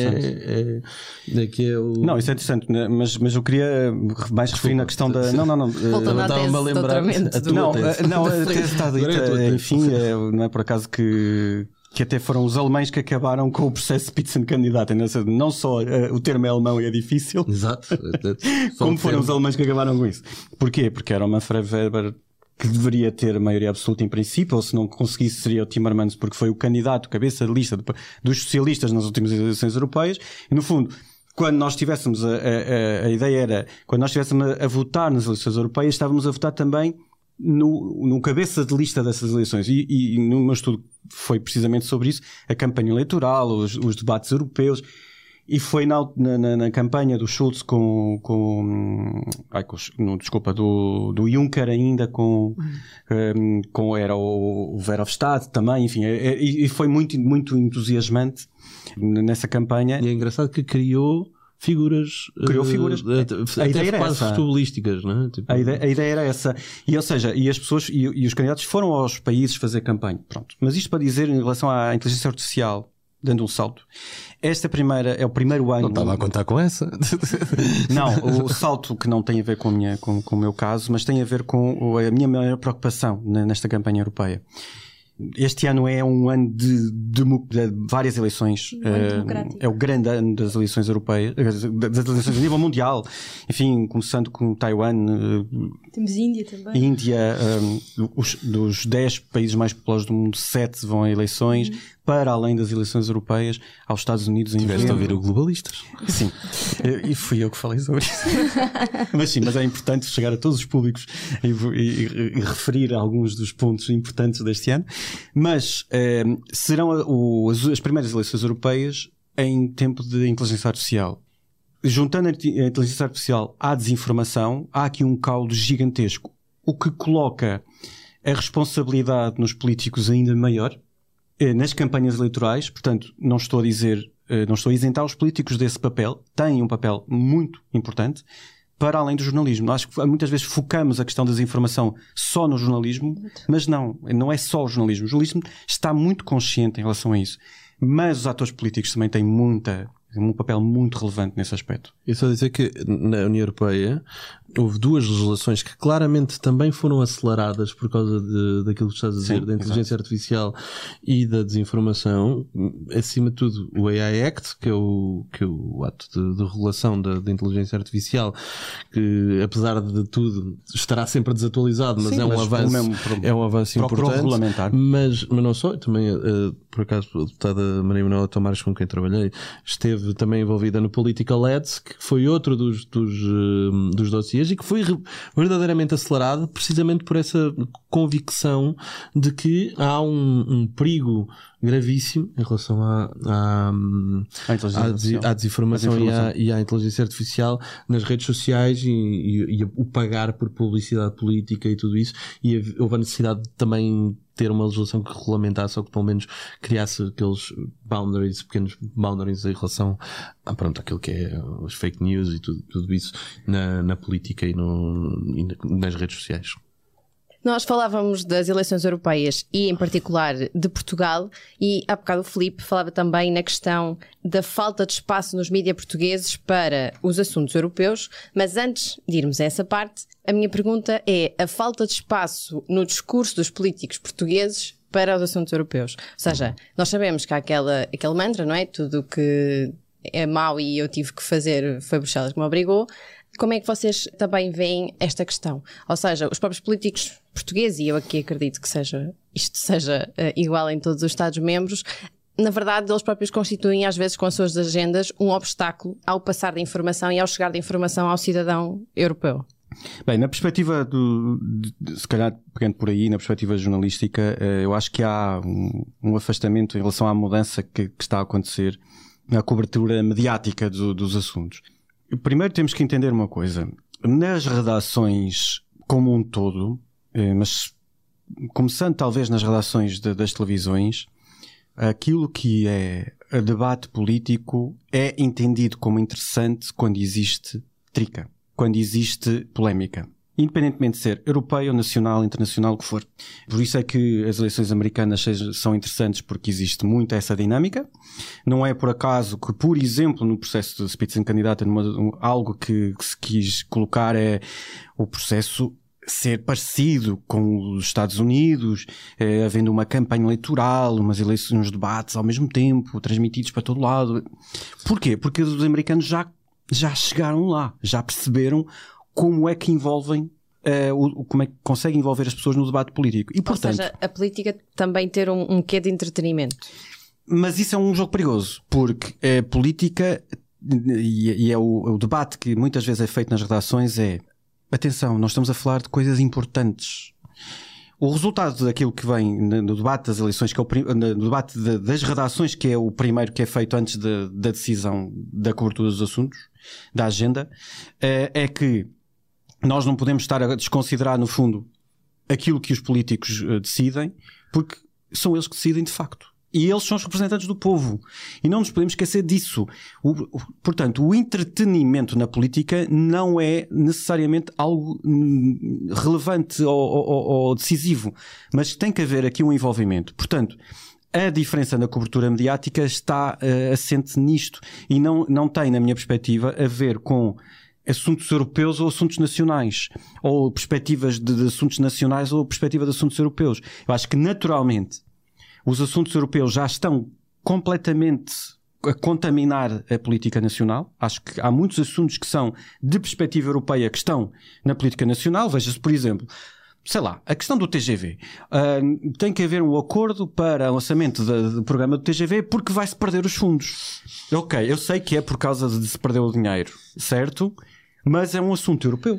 que é o... Não, isso é interessante, mas eu queria mais referir na questão da... Não. Voltando à tese de doutoramento. Não, a tese está dita, enfim, não é por acaso que até foram os alemães que acabaram com o processo Spitzenkandidat. Não só o termo é alemão e é difícil, exato, como foram os alemães que acabaram com isso. Porquê? Porque era o Manfred Weber que deveria ter maioria absoluta em princípio, ou se não conseguisse seria o Timmermans, porque foi o candidato, cabeça de lista dos socialistas nas últimas eleições europeias, e no fundo... Quando nós tivéssemos a ideia era, quando nós estivéssemos a votar nas eleições europeias, estávamos a votar também no cabeça de lista dessas eleições. E no meu estudo foi precisamente sobre isso, a campanha eleitoral, os debates europeus. E foi na campanha do Schulz do Juncker ainda, era o Verhofstadt também, enfim, e foi muito, muito entusiasmante nessa campanha. E é engraçado que criou figuras a ideia era quase futebolísticas, não é? A ideia era essa, e ou seja, e as pessoas e os candidatos foram aos países fazer campanha, pronto. Mas isto para dizer em relação à inteligência artificial, dando um salto, é o primeiro ano. Não estava a contar com essa. Não, o salto que não tem a ver com o meu caso, mas tem a ver com a minha maior preocupação nesta campanha europeia. Este ano é um ano de várias eleições. É o grande ano das eleições europeias, das eleições a nível mundial. Enfim, começando com Taiwan. Temos Índia também. Índia, dos 10 países mais populosos do mundo, 7 vão a eleições. Para além das eleições europeias, aos Estados Unidos. Tiveste a ouvir o Globalistas. Sim, e fui eu que falei sobre isso. mas é importante chegar a todos os públicos e referir alguns dos pontos importantes deste ano. Mas serão as primeiras eleições europeias em tempo de inteligência artificial. Juntando a inteligência artificial à desinformação, há aqui um caldo gigantesco, o que coloca a responsabilidade nos políticos ainda maior. Nas campanhas eleitorais, portanto, não estou a isentar os políticos desse papel, têm um papel muito importante, para além do jornalismo. Acho que muitas vezes focamos a questão da desinformação só no jornalismo, mas não é só o jornalismo. O jornalismo está muito consciente em relação a isso, mas os atores políticos também têm um papel muito relevante nesse aspecto. Eu só dizer que na União Europeia houve duas legislações que claramente também foram aceleradas por causa daquilo que estás a dizer, da inteligência artificial e da desinformação. Acima de tudo, o AI Act, que é o ato de regulação da inteligência artificial, que apesar de tudo estará sempre desatualizado, mas é um avanço importante. Mas não só, também por acaso a deputada Maria Manuela Tomares, com quem trabalhei, esteve também envolvida no Political Ads, que foi outro dos dossiês e que foi verdadeiramente acelerado precisamente por essa convicção de que há um perigo gravíssimo em relação à desinformação e à inteligência artificial nas redes sociais e o pagar por publicidade política e tudo isso, e houve a necessidade também ter uma legislação que regulamentasse ou que pelo menos criasse aqueles pequenos boundaries em relação àquilo que é as fake news e tudo isso na política e nas redes sociais. Nós falávamos das eleições europeias e em particular de Portugal, e há bocado o Filipe falava também na questão da falta de espaço nos mídias portugueses para os assuntos europeus, mas antes de irmos a essa parte, a minha pergunta é a falta de espaço no discurso dos políticos portugueses para os assuntos europeus. Ou seja, nós sabemos que há aquele mantra, não é? Tudo o que é mau e eu tive que fazer foi Bruxelas que me obrigou. Como é que vocês também veem esta questão? Ou seja, os próprios políticos portugueses, e eu aqui acredito que isto seja igual em todos os Estados-membros, na verdade eles próprios constituem às vezes com as suas agendas um obstáculo ao passar da informação e ao chegar da informação ao cidadão europeu. Bem, na perspectiva se calhar pegando por aí, na perspectiva jornalística, eu acho que há um afastamento em relação à mudança que está a acontecer na cobertura mediática dos assuntos. Primeiro temos que entender uma coisa. Nas redações como um todo, mas começando talvez nas redações das televisões, aquilo que é o debate político é entendido como interessante quando existe trica, quando existe polémica. Independentemente de ser europeia, nacional, internacional, o que for. Por isso é que as eleições americanas são interessantes, porque existe muito essa dinâmica. Não é por acaso que, por exemplo, no processo de Spitzenkandidat, algo que se quis colocar é o processo ser parecido com os Estados Unidos, havendo uma campanha eleitoral, umas eleições, uns debates ao mesmo tempo, transmitidos para todo lado. Porquê? Porque os americanos já chegaram lá, já perceberam como é que envolvem, como é que conseguem envolver as pessoas no debate político. E, portanto, ou seja, a política também ter um quê de entretenimento. Mas isso é um jogo perigoso, porque a política, e é o debate que muitas vezes é feito nas redações, atenção, nós estamos a falar de coisas importantes. O resultado daquilo que vem no debate das eleições, que é no debate das redações, que é o primeiro que é feito antes da decisão da cobertura dos assuntos, da agenda, é que nós não podemos estar a desconsiderar, no fundo, aquilo que os políticos decidem, porque são eles que decidem de facto. E eles são os representantes do povo. E não nos podemos esquecer disso. Portanto, o entretenimento na política não é necessariamente algo relevante ou decisivo. Mas tem que haver aqui um envolvimento. Portanto, a diferença na cobertura mediática está assente nisto. E não tem, na minha perspectiva, a ver com assuntos europeus ou assuntos nacionais. Ou perspectivas de assuntos nacionais ou perspectiva de assuntos europeus. Eu acho que, naturalmente, os assuntos europeus já estão completamente a contaminar a política nacional. Acho que há muitos assuntos que são de perspectiva europeia que estão na política nacional. Veja-se, por exemplo, sei lá, a questão do TGV. Tem que haver um acordo para o lançamento do programa do TGV porque vai-se perder os fundos. Ok, eu sei que é por causa de se perder o dinheiro, certo? Mas é um assunto europeu.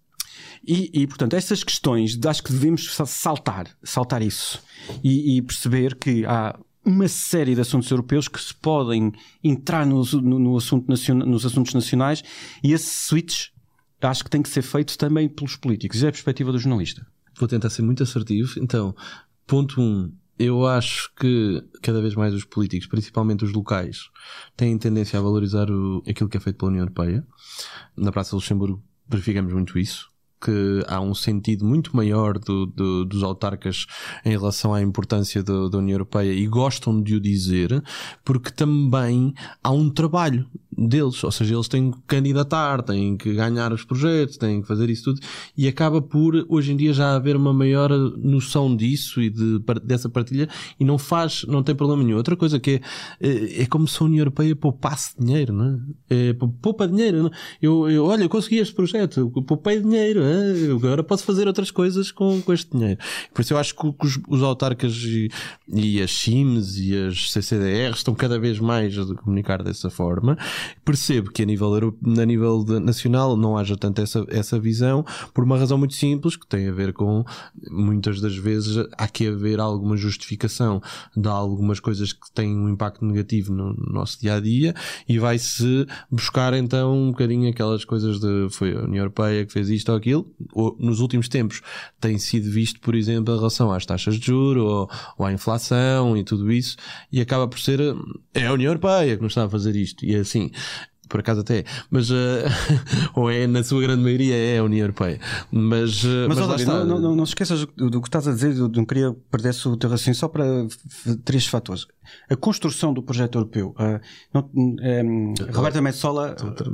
E portanto, essas questões, acho que devemos saltar isso e perceber que há uma série de assuntos europeus que se podem entrar no assunto nos assuntos nacionais, e esse switch acho que tem que ser feito também pelos políticos. É a perspectiva do jornalista. Vou tentar ser muito assertivo. Então, ponto 1. Eu acho que cada vez mais os políticos, principalmente os locais, têm tendência a valorizar aquilo que é feito pela União Europeia. Na Praça de Luxemburgo verificamos muito isso, que há um sentido muito maior dos autarcas em relação à importância da União Europeia, e gostam de o dizer porque também há um trabalho deles, ou seja, eles têm que candidatar, têm que ganhar os projetos, têm que fazer isso tudo, e acaba por hoje em dia já haver uma maior noção disso e dessa partilha, e não tem problema nenhum. Outra coisa que é como se a União Europeia poupasse dinheiro, não é? Poupa dinheiro, não? Olha, eu consegui este projeto, poupei dinheiro, agora posso fazer outras coisas com este dinheiro. Por isso eu acho que os autarcas e as CIMs e as CCDRs estão cada vez mais a comunicar dessa forma. Percebo que a nível nacional não haja tanto essa visão, por uma razão muito simples, que tem a ver com, muitas das vezes, há que haver alguma justificação de algumas coisas que têm um impacto negativo no nosso dia-a-dia, e vai-se buscar então um bocadinho aquelas coisas de foi a União Europeia que fez isto ou aquilo. Nos últimos tempos tem sido visto, por exemplo, em relação às taxas de juros ou à inflação e tudo isso, e acaba por ser a União Europeia que nos está a fazer isto, e é assim, por acaso até, mas ou é, na sua grande maioria é a União Europeia, mas lá está. Não esqueças do que estás a dizer. Eu não queria perder-se o teu raciocínio, só para 3 fatores. A construção do projeto europeu. A Roberta Metsola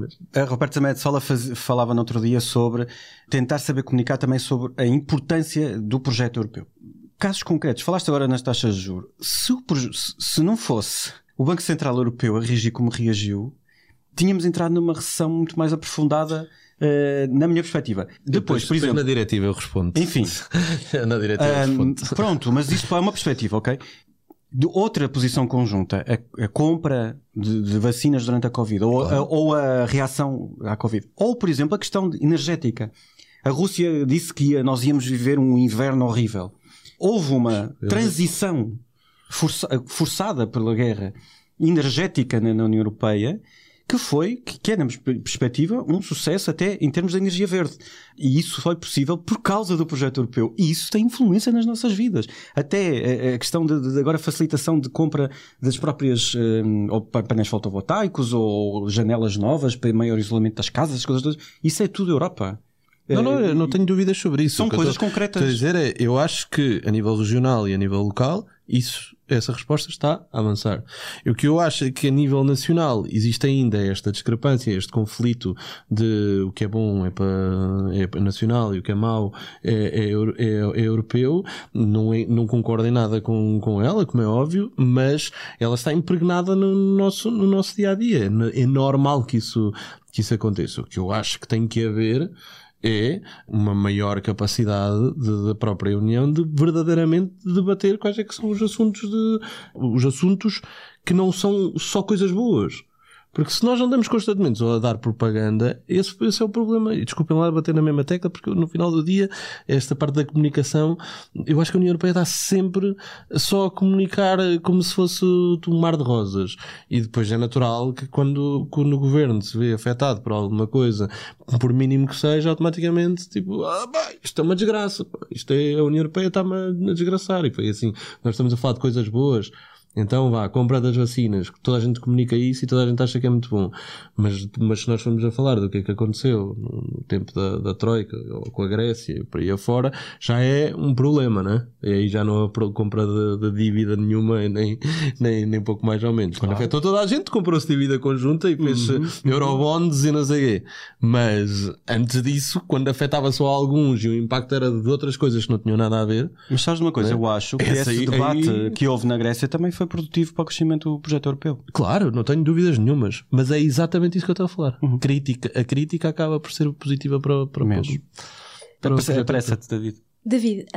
falava no outro dia sobre tentar saber comunicar também sobre a importância do projeto europeu. Casos concretos, falaste agora nas taxas de juros. Se não fosse o Banco Central Europeu a reagir como reagiu, tínhamos entrado numa recessão muito mais aprofundada, na minha perspectiva. Depois, por exemplo, na diretiva eu respondo. Enfim. Na diretiva eu respondo. Pronto, mas isto é uma perspectiva, ok? De outra posição conjunta, a compra de vacinas durante a Covid, ou a reação à Covid. Ou, por exemplo, a questão energética. A Rússia disse que nós íamos viver um inverno horrível. Houve uma transição forçada pela guerra energética na União Europeia, que é, na perspectiva, um sucesso até em termos de energia verde. E isso foi possível por causa do projeto europeu. E isso tem influência nas nossas vidas. Até a questão de agora facilitação de compra das próprias ou painéis fotovoltaicos ou janelas novas para maior isolamento das casas, as coisas todas. Isso é tudo Europa. Eu não tenho dúvidas sobre isso. São coisas concretas. Quer dizer, eu acho que a nível regional e a nível local, essa resposta está a avançar. O que eu acho é que a nível nacional existe ainda esta discrepância, este conflito de o que é bom é nacional e o que é mau é europeu. Não concordo em nada com ela, como é óbvio, mas ela está impregnada no nosso dia-a-dia. É normal que isso aconteça. O que eu acho que tem que haver é uma maior capacidade da própria União de verdadeiramente debater quais é que são os assuntos que não são só coisas boas. Porque se nós andamos constantemente a dar propaganda, esse é o problema. E desculpem lá bater na mesma tecla, porque no final do dia, esta parte da comunicação, eu acho que a União Europeia está sempre só a comunicar como se fosse um mar de rosas. E depois é natural que quando o governo se vê afetado por alguma coisa, por mínimo que seja, automaticamente, tipo, isto é uma desgraça. A União Europeia está-me a desgraçar. E foi assim, nós estamos a falar de coisas boas. Então compra das vacinas, toda a gente comunica isso e toda a gente acha que é muito bom, mas se nós formos a falar do que é que aconteceu no tempo da Troika, ou com a Grécia e por aí afora, já é um problema, né? E aí já não há compra de dívida nenhuma, nem pouco mais ou menos. Quando afetou toda a gente, comprou-se dívida conjunta e fez eurobonds e não sei o quê. Mas antes disso, quando afetava só alguns e o impacto era de outras coisas que não tinham nada a ver. Mas sabes uma coisa, eu acho que esse debate que houve na Grécia também foi produtivo para o crescimento do projeto europeu. Claro, não tenho dúvidas nenhumas, mas é exatamente isso que eu estou a falar. A crítica acaba por ser positiva para o projeto. Apressa-te, David. David,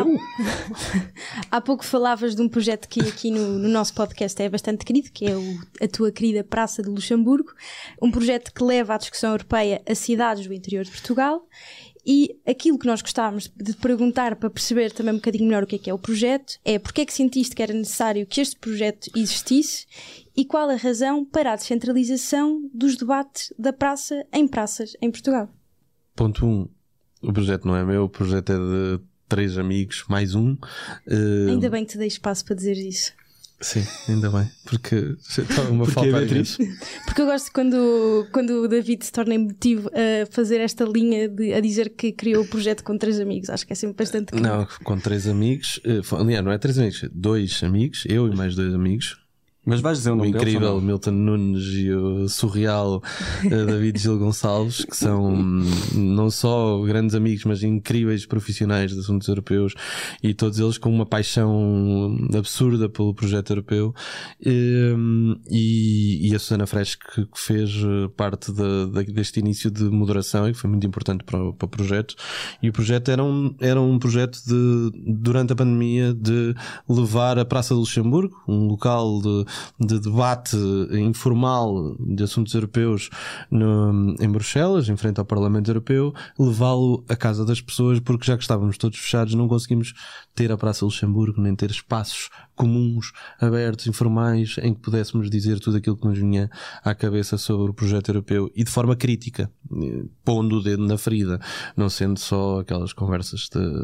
há pouco falavas de um projeto que aqui no nosso podcast é bastante querido, que é a tua querida Praça de Luxemburgo, um projeto que leva a discussão europeia a cidades do interior de Portugal. E aquilo que nós gostávamos de perguntar para perceber também um bocadinho melhor o que é o projeto é porque é que sentiste que era necessário que este projeto existisse e qual a razão para a descentralização dos debates da praça em praças em Portugal. Ponto 1. O projeto não é meu, o projeto é de 3 amigos, mais um. Ainda bem que te dei espaço para dizer isso. Sim, ainda bem, porque estava uma falta disso. Porque eu gosto quando o David se torna emotivo a fazer esta linha a dizer que criou o projeto com 3 amigos. Acho que é sempre bastante querido. Não, com 3 amigos, aliás, não é 3 amigos, 2 amigos, eu e mais 2 amigos. Mas vais dizer o nome incrível deles, Milton Nunes e o surreal David Gil Gonçalves, que são não só grandes amigos, mas incríveis profissionais de assuntos europeus, e todos eles com uma paixão absurda pelo projeto europeu, e a Susana Freixo que fez parte deste início de moderação e que foi muito importante para o projeto. E o projeto era um projeto durante a pandemia de levar a Praça de Luxemburgo, um local de debate informal de assuntos europeus em Bruxelas, em frente ao Parlamento Europeu, levá-lo à casa das pessoas, porque já que estávamos todos fechados não conseguimos ter a Praça Luxemburgo, nem ter espaços comuns, abertos, informais, em que pudéssemos dizer tudo aquilo que nos vinha à cabeça sobre o projeto europeu e de forma crítica, pondo o dedo na ferida, não sendo só aquelas conversas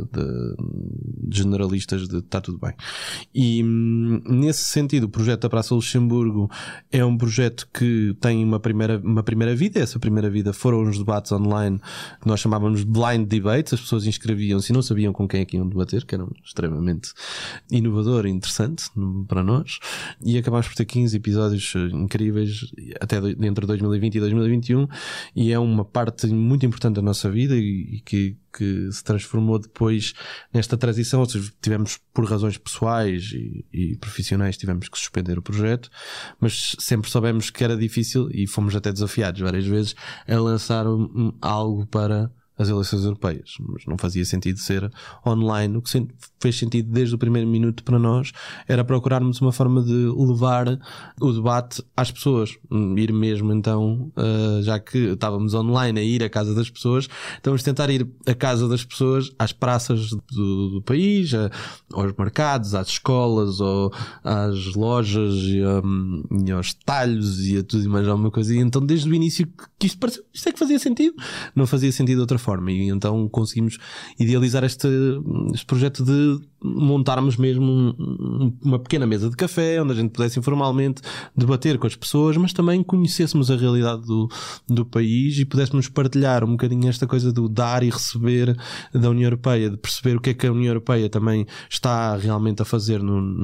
de generalistas de está tudo bem. E nesse sentido o projeto da Praça Luxemburgo é um projeto que tem uma primeira vida. Essa primeira vida foram os debates online que nós chamávamos de blind debates. As pessoas inscreviam-se e não sabiam com quem é que iam debater, que eram extremamente inovador e interessante para nós, e acabámos por ter 15 episódios incríveis até entre 2020 e 2021, e é uma parte muito importante da nossa vida e que se transformou depois nesta transição. Ou seja, tivemos, por razões pessoais e profissionais, tivemos que suspender o projeto, mas sempre soubemos que era difícil e fomos até desafiados várias vezes a lançar algo para as eleições europeias, mas não fazia sentido ser online. O que fez sentido desde o primeiro minuto para nós era procurarmos uma forma de levar o debate às pessoas, ir mesmo então, já que estávamos online, a ir à casa das pessoas, então vamos tentar ir à casa das pessoas, às praças do país, aos mercados, às escolas, ou às lojas e aos talhos e a tudo e mais alguma coisa. E então desde o início que isto é que fazia sentido, não fazia sentido de outra forma, e então conseguimos idealizar este projeto de montarmos mesmo uma pequena mesa de café onde a gente pudesse informalmente debater com as pessoas, mas também conhecêssemos a realidade do país e pudéssemos partilhar um bocadinho esta coisa do dar e receber da União Europeia, de perceber o que é que a União Europeia também está realmente a fazer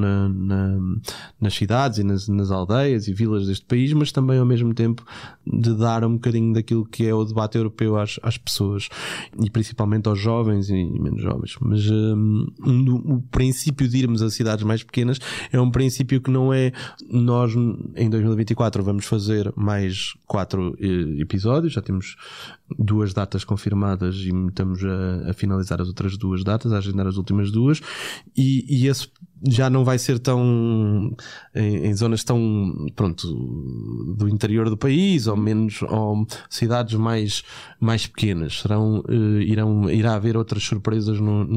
nas cidades e nas aldeias e vilas deste país, mas também ao mesmo tempo de dar um bocadinho daquilo que é o debate europeu às pessoas, e principalmente aos jovens e menos jovens. Mas o princípio de irmos a cidades mais pequenas é um princípio que não é nós em 2024 vamos fazer mais 4 episódios, já temos 2 datas confirmadas e estamos a finalizar as outras 2 datas, a agendar as últimas 2, e esse já não vai ser tão em zonas tão, pronto, do interior do país, ou menos, ou cidades mais pequenas. Irá haver outras surpresas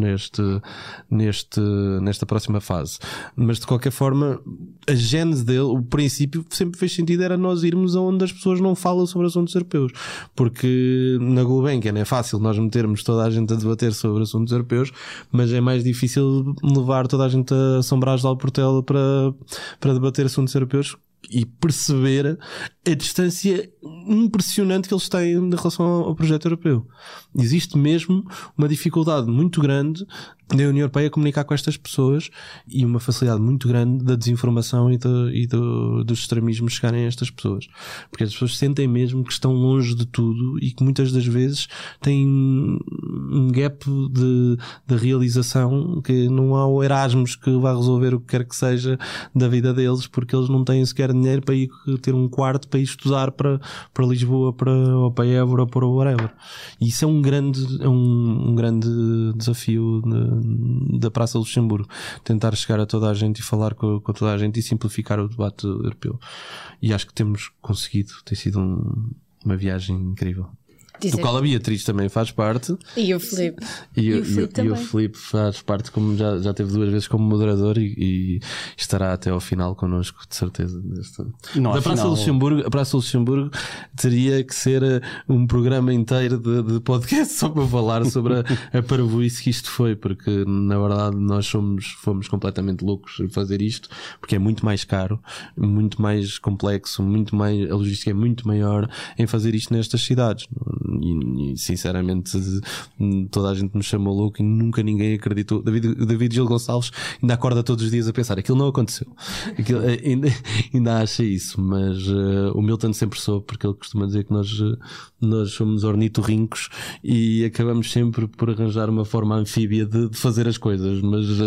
nesta próxima fase. Mas de qualquer forma, a gênese dele, o princípio sempre fez sentido, era nós irmos aonde as pessoas não falam sobre assuntos europeus, porque na Gulbenkian é fácil nós metermos toda a gente a debater sobre assuntos europeus, mas é mais difícil levar toda a gente a São Brás de Alportela para debater assuntos europeus e perceber a distância impressionante que eles têm em relação ao projeto europeu. Existe mesmo uma dificuldade muito grande da União Europeia a comunicar com estas pessoas, e uma facilidade muito grande da desinformação e dos extremismos chegarem a estas pessoas, porque as pessoas sentem mesmo que estão longe de tudo e que muitas das vezes têm um gap de realização, que não há o Erasmus que vai resolver o que quer que seja da vida deles, porque eles não têm sequer dinheiro para ir ter um quarto para ir estudar para Lisboa, ou para Évora, ou para whatever. E isso é um grande desafio da Praça Luxemburgo, tentar chegar a toda a gente e falar com toda a gente e simplificar o debate europeu, e acho que temos conseguido. Tem sido uma viagem incrível. Do qual a Beatriz também faz parte. E o Filipe. E o Filipe faz parte, como já teve 2 vezes como moderador, e estará até ao final connosco, de certeza. Da Praça Luxemburgo, a Praça Luxemburgo teria que ser um programa inteiro de podcast só para falar sobre a parvoíce que isto foi, porque na verdade nós fomos completamente loucos a fazer isto, porque é muito mais caro, muito mais complexo, a logística é muito maior em fazer isto nestas cidades. E sinceramente toda a gente me chamou louco e nunca ninguém acreditou. David Gil Gonçalves ainda acorda todos os dias a pensar, aquilo não aconteceu, ainda acha isso, mas o Milton sempre soube, porque ele costuma dizer que nós somos ornitorrincos e acabamos sempre por arranjar uma forma anfíbia de fazer as coisas,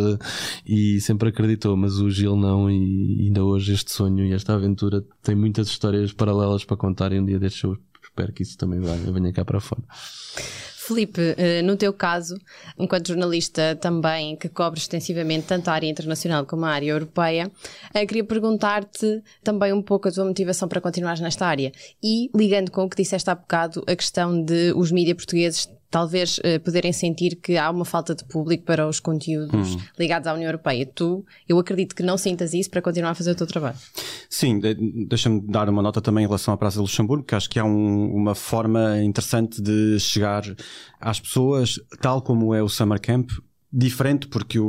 e sempre acreditou, mas o Gil não, e ainda hoje este sonho e esta aventura tem muitas histórias paralelas para contar, e um dia destes eu espero que isso também venha cá para fora. Filipe, no teu caso, enquanto jornalista também que cobre extensivamente tanto a área internacional como a área europeia, queria perguntar-te também um pouco a tua motivação para continuares nesta área e, ligando com o que disseste há bocado, a questão de os mídias portugueses talvez poderem sentir que há uma falta de público para os conteúdos ligados à União Europeia. Eu acredito que não sintas isso para continuar a fazer o teu trabalho. Sim, deixa-me dar uma nota também em relação à Praça de Luxemburgo, que acho que há uma forma interessante de chegar às pessoas, tal como é o Summer Camp, diferente, porque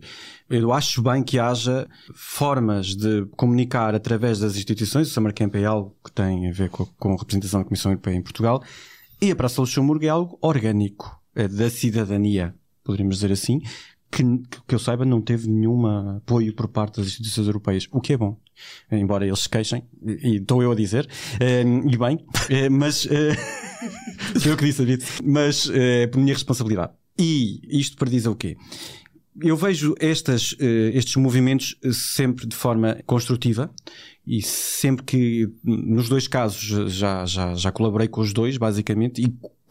eu acho bem que haja formas de comunicar através das instituições. O Summer Camp é algo que tem a ver com a representação da Comissão Europeia em Portugal, e a Praça de Luxemburgo é algo orgânico, é da cidadania, poderíamos dizer assim, que eu saiba não teve nenhum apoio por parte das instituições europeias, o que é bom, embora eles se queixem, e estou eu a dizer, e bem, mas foi eu que disse, David, mas é por minha responsabilidade. E isto para dizer o quê? Eu vejo estes movimentos sempre de forma construtiva, e sempre que, nos dois casos, já colaborei com os dois, basicamente,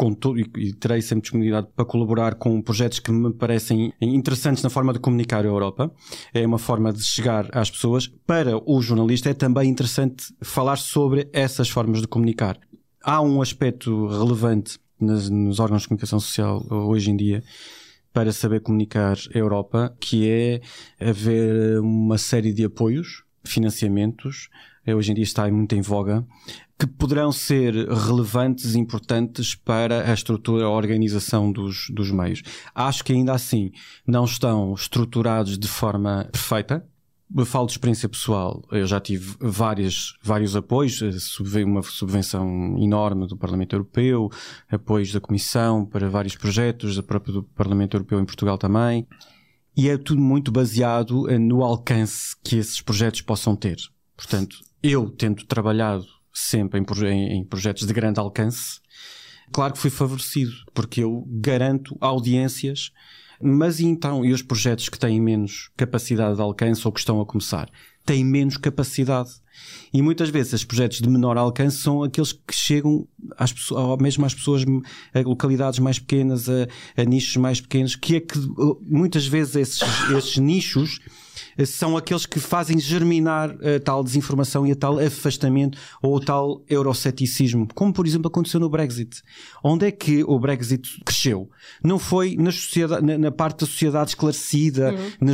e terei sempre disponibilidade para colaborar com projetos que me parecem interessantes na forma de comunicar a Europa. É uma forma de chegar às pessoas. Para o jornalista é também interessante falar sobre essas formas de comunicar. Há um aspecto relevante nos órgãos de comunicação social hoje em dia para saber comunicar a Europa, que é haver uma série de apoios, financiamentos, hoje em dia está muito em voga, que poderão ser relevantes e importantes para a estrutura, a organização dos meios. Acho que ainda assim não estão estruturados de forma perfeita. Eu falo de experiência pessoal, eu já tive vários apoios, uma subvenção enorme do Parlamento Europeu, apoios da Comissão para vários projetos, do Parlamento Europeu em Portugal também. E é tudo muito baseado no alcance que esses projetos possam ter. Portanto, eu tendo trabalhado sempre em projetos de grande alcance, claro que fui favorecido, porque eu garanto audiências, mas então, e os projetos que têm menos capacidade de alcance ou que estão a começar, têm menos capacidade. E muitas vezes os projetos de menor alcance são aqueles que chegam mesmo às pessoas, a localidades mais pequenas, a nichos mais pequenos, que é que muitas vezes esses nichos são aqueles que fazem germinar a tal desinformação e a tal afastamento ou o tal euroceticismo, como por exemplo aconteceu no Brexit. Onde é que o Brexit cresceu? Não foi na parte da sociedade esclarecida,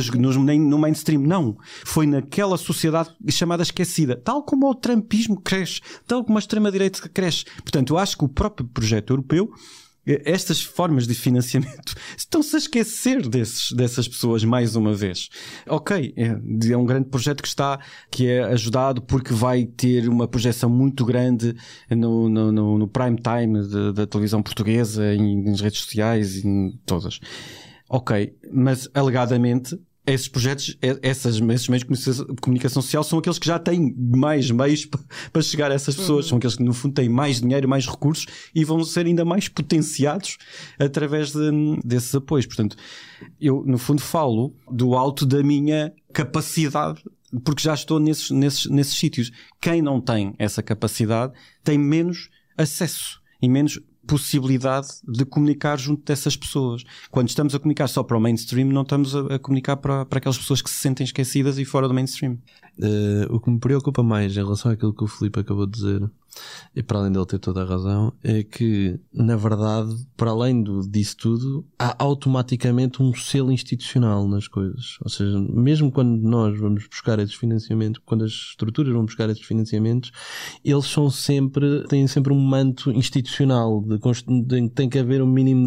no mainstream, não. Foi naquela sociedade chamada esquecida, tal como o trumpismo cresce, tal como a extrema-direita cresce. Portanto, eu acho que o próprio projeto europeu, estas formas de financiamento, estão-se a esquecer dessas pessoas mais uma vez. Ok, é um grande projeto que é ajudado porque vai ter uma projeção muito grande no prime time da televisão portuguesa, nas redes sociais e em todas. Ok, mas alegadamente esses projetos, esses meios de comunicação social são aqueles que já têm mais meios para chegar a essas pessoas, são aqueles que no fundo têm mais dinheiro, mais recursos e vão ser ainda mais potenciados através desses apoios. Portanto, eu no fundo falo do alto da minha capacidade, porque já estou nesses sítios. Quem não tem essa capacidade tem menos acesso e menos possibilidade de comunicar junto dessas pessoas. Quando estamos a comunicar só para o mainstream, não estamos a comunicar para aquelas pessoas que se sentem esquecidas e fora do mainstream. O que me preocupa mais em relação àquilo que o Filipe acabou de dizer, e para além dele ter toda a razão, é que, na verdade, para além disso tudo, há automaticamente um selo institucional nas coisas. Ou seja, mesmo quando nós vamos buscar esses financiamentos, quando as estruturas vão buscar esses financiamentos, eles têm sempre um manto institucional, tem que haver um mínimo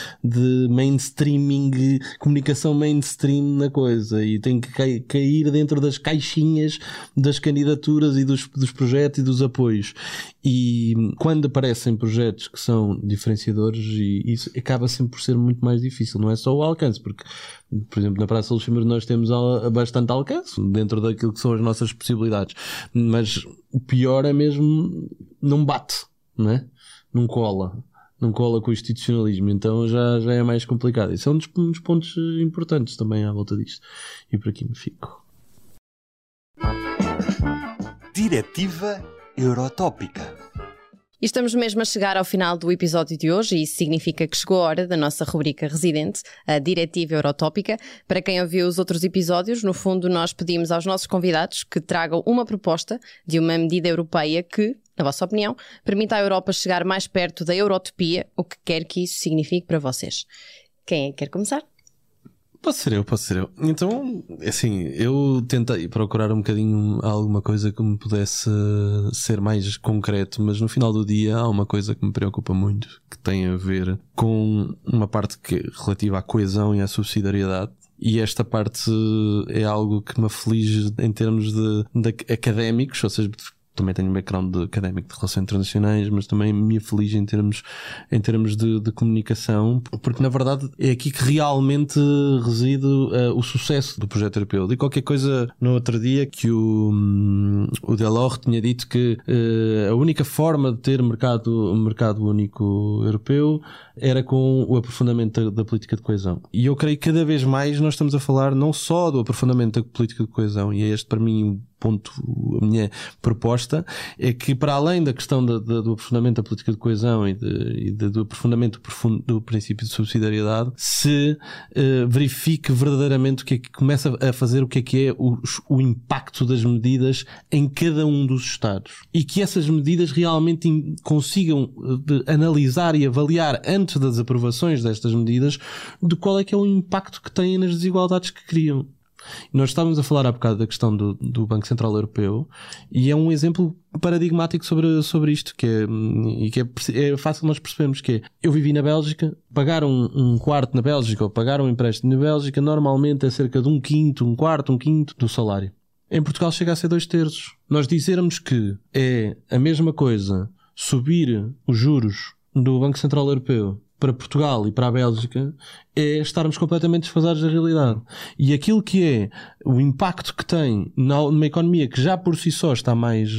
de mainstreaming, comunicação mainstream na coisa, e tem que cair dentro das caixinhas das candidaturas e dos projetos e dos apoios. E quando aparecem projetos que são diferenciadores, e isso acaba sempre por ser muito mais difícil, não é só o alcance, porque, por exemplo, na Praça de Luxemburgo nós temos bastante alcance dentro daquilo que são as nossas possibilidades, mas o pior é mesmo não bate, não é? Não cola com o institucionalismo, então já é mais complicado. Isso é um dos pontos importantes também à volta disto, e por aqui me fico. Diretiva Eurotópica. E estamos mesmo a chegar ao final do episódio de hoje e isso significa que chegou a hora da nossa rubrica residente, a Diretiva Eurotópica. Para quem ouviu os outros episódios, no fundo nós pedimos aos nossos convidados que tragam uma proposta de uma medida europeia que, na vossa opinião, permita à Europa chegar mais perto da eurotopia, o que quer que isso signifique para vocês. Quem quer começar? Posso ser eu. Então, assim, eu tentei procurar um bocadinho alguma coisa que me pudesse ser mais concreto, mas no final do dia há uma coisa que me preocupa muito, que tem a ver com uma parte que é relativa à coesão e à subsidiariedade. E esta parte é algo que me aflige em termos de académicos, ou seja, também tenho um background académico de relações internacionais, mas também me aflige em termos de comunicação, porque na verdade é aqui que realmente reside o sucesso do projeto europeu. Li qualquer coisa no outro dia que o Delors tinha dito que a única forma de ter um mercado único europeu era com o aprofundamento da política de coesão. E eu creio que cada vez mais nós estamos a falar não só do aprofundamento da política de coesão, e é este para mim ponto, a minha proposta é que, para além da questão do aprofundamento da política de coesão e do aprofundamento do princípio de subsidiariedade, se verifique verdadeiramente o que é que começa a fazer, o que é o impacto das medidas em cada um dos Estados, e que essas medidas realmente consigam analisar e avaliar antes das aprovações destas medidas de qual é que é o impacto que têm nas desigualdades que criam. Nós estávamos a falar há bocado da questão do Banco Central Europeu, e é um exemplo paradigmático sobre isto, que é fácil nós percebermos, que é: eu vivi na Bélgica, pagar um quarto na Bélgica ou pagar um empréstimo na Bélgica normalmente é cerca de um quinto do salário. Em Portugal chega a ser 2/3. Nós dizermos que é a mesma coisa subir os juros do Banco Central Europeu para Portugal e para a Bélgica é estarmos completamente desfasados da realidade. E aquilo que é o impacto que tem numa economia que já por si só está mais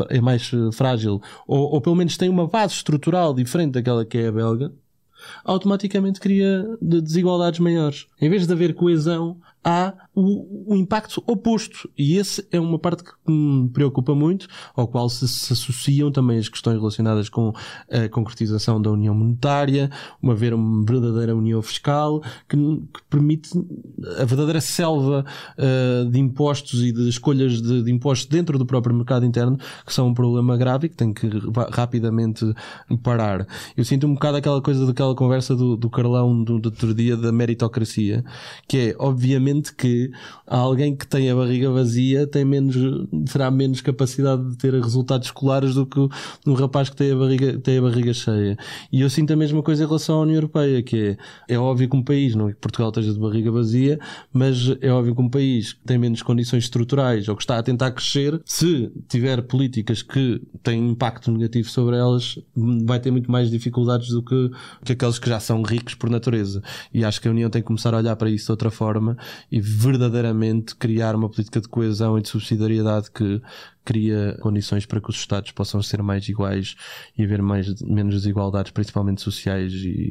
frágil, ou pelo menos tem uma base estrutural diferente daquela que é a belga, automaticamente cria desigualdades maiores. Em vez de haver coesão, há o impacto oposto. E essa é uma parte que me preocupa muito, ao qual se associam também as questões relacionadas com a concretização da união monetária, haver uma verdadeira união fiscal, que permite a verdadeira selva de impostos e de escolhas de impostos dentro do próprio mercado interno, que são um problema grave e que tem que rapidamente parar. Eu sinto um bocado aquela coisa daquela conversa do Carlão do outro dia, da meritocracia, que é, obviamente, que alguém que tem a barriga vazia terá menos capacidade de ter resultados escolares do que um rapaz que tem a barriga cheia. E eu sinto a mesma coisa em relação à União Europeia, que é óbvio que um país, não é que Portugal esteja de barriga vazia, mas é óbvio que um país que tem menos condições estruturais ou que está a tentar crescer, se tiver políticas que têm impacto negativo sobre elas, vai ter muito mais dificuldades do que aqueles que já são ricos por natureza. E acho que a União tem que começar a olhar para isso de outra forma e verdadeiramente criar uma política de coesão e de subsidiariedade que cria condições para que os Estados possam ser mais iguais e haver menos desigualdades, principalmente sociais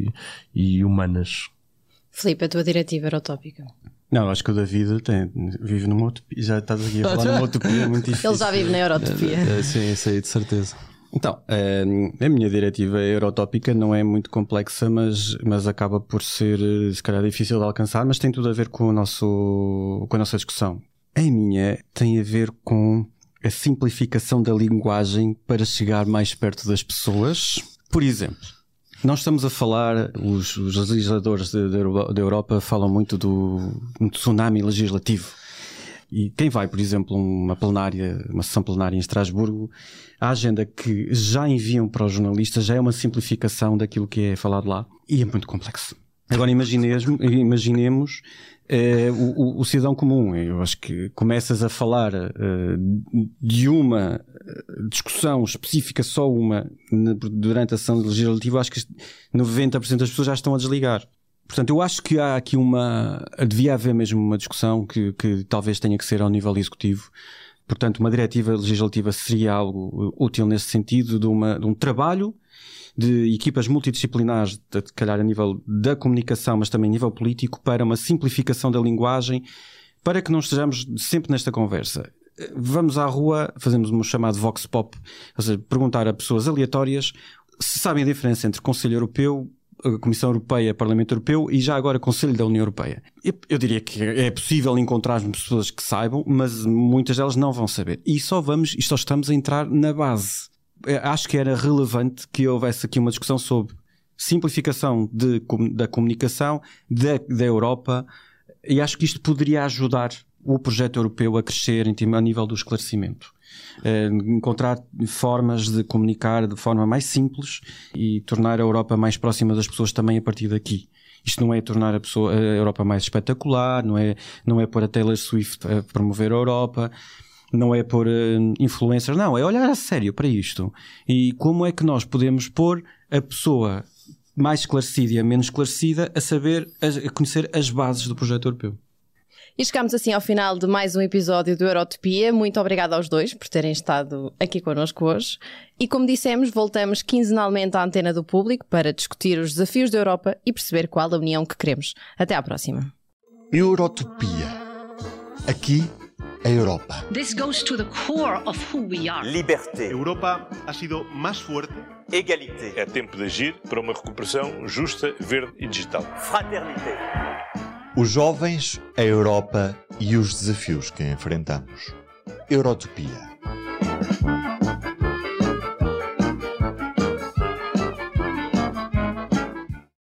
e humanas. Filipe, a tua diretiva eurotópica? Não, acho que o David vive numa utopia. Já estás aqui a falar numa utopia muito difícil. Ele já vive na eurotopia. Sim, isso aí, de certeza. Então, a minha diretiva eurotópica não é muito complexa, mas acaba por ser, se calhar, difícil de alcançar, mas tem tudo a ver com a nossa discussão. A minha tem a ver com a simplificação da linguagem para chegar mais perto das pessoas. Por exemplo, nós estamos a falar, os legisladores da Europa falam muito do tsunami legislativo. E quem vai, por exemplo, uma sessão plenária em Estrasburgo, a agenda que já enviam para os jornalistas já é uma simplificação daquilo que é falado lá. E é muito complexo. Agora imaginemos o cidadão comum. Eu acho que começas a falar de uma discussão específica, só uma, durante a sessão legislativa, acho que 90% das pessoas já estão a desligar. Portanto, eu acho que há aqui devia haver mesmo uma discussão que talvez tenha que ser ao nível executivo. Portanto, uma diretiva legislativa seria algo útil nesse sentido, de um trabalho de equipas multidisciplinares, se calhar a nível da comunicação, mas também a nível político, para uma simplificação da linguagem, para que não estejamos sempre nesta conversa. vamos à rua, fazemos um chamado vox pop, ou seja, perguntar a pessoas aleatórias se sabem a diferença entre Conselho Europeu, a Comissão Europeia, Parlamento Europeu e já agora Conselho da União Europeia. Eu diria que é possível encontrarmos pessoas que saibam, mas muitas delas não vão saber. E só estamos a entrar na base. Acho que era relevante que houvesse aqui uma discussão sobre simplificação da comunicação da Europa, e acho que isto poderia ajudar o projeto europeu a crescer a nível do esclarecimento. Encontrar formas de comunicar de forma mais simples e tornar a Europa mais próxima das pessoas também a partir daqui. Isto não é tornar a Europa mais espetacular, não é pôr a Taylor Swift a promover a Europa, não é pôr influencers, não, é olhar a sério para isto. E como é que nós podemos pôr a pessoa mais esclarecida e a menos esclarecida a conhecer as bases do projeto europeu. E chegamos assim ao final de mais um episódio do Eurotopia. Muito obrigada aos dois por terem estado aqui connosco hoje. E como dissemos, voltamos quinzenalmente à antena do público para discutir os desafios da Europa e perceber qual a união que queremos. Até à próxima. Eurotopia. Aqui, a Europa. This goes to the core of who we are. Liberté. Europa ha sido más fuerte. Égalité. É tempo de agir para uma recuperação justa, verde e digital. Fraternité. Os jovens, a Europa e os desafios que enfrentamos. Eurotopia.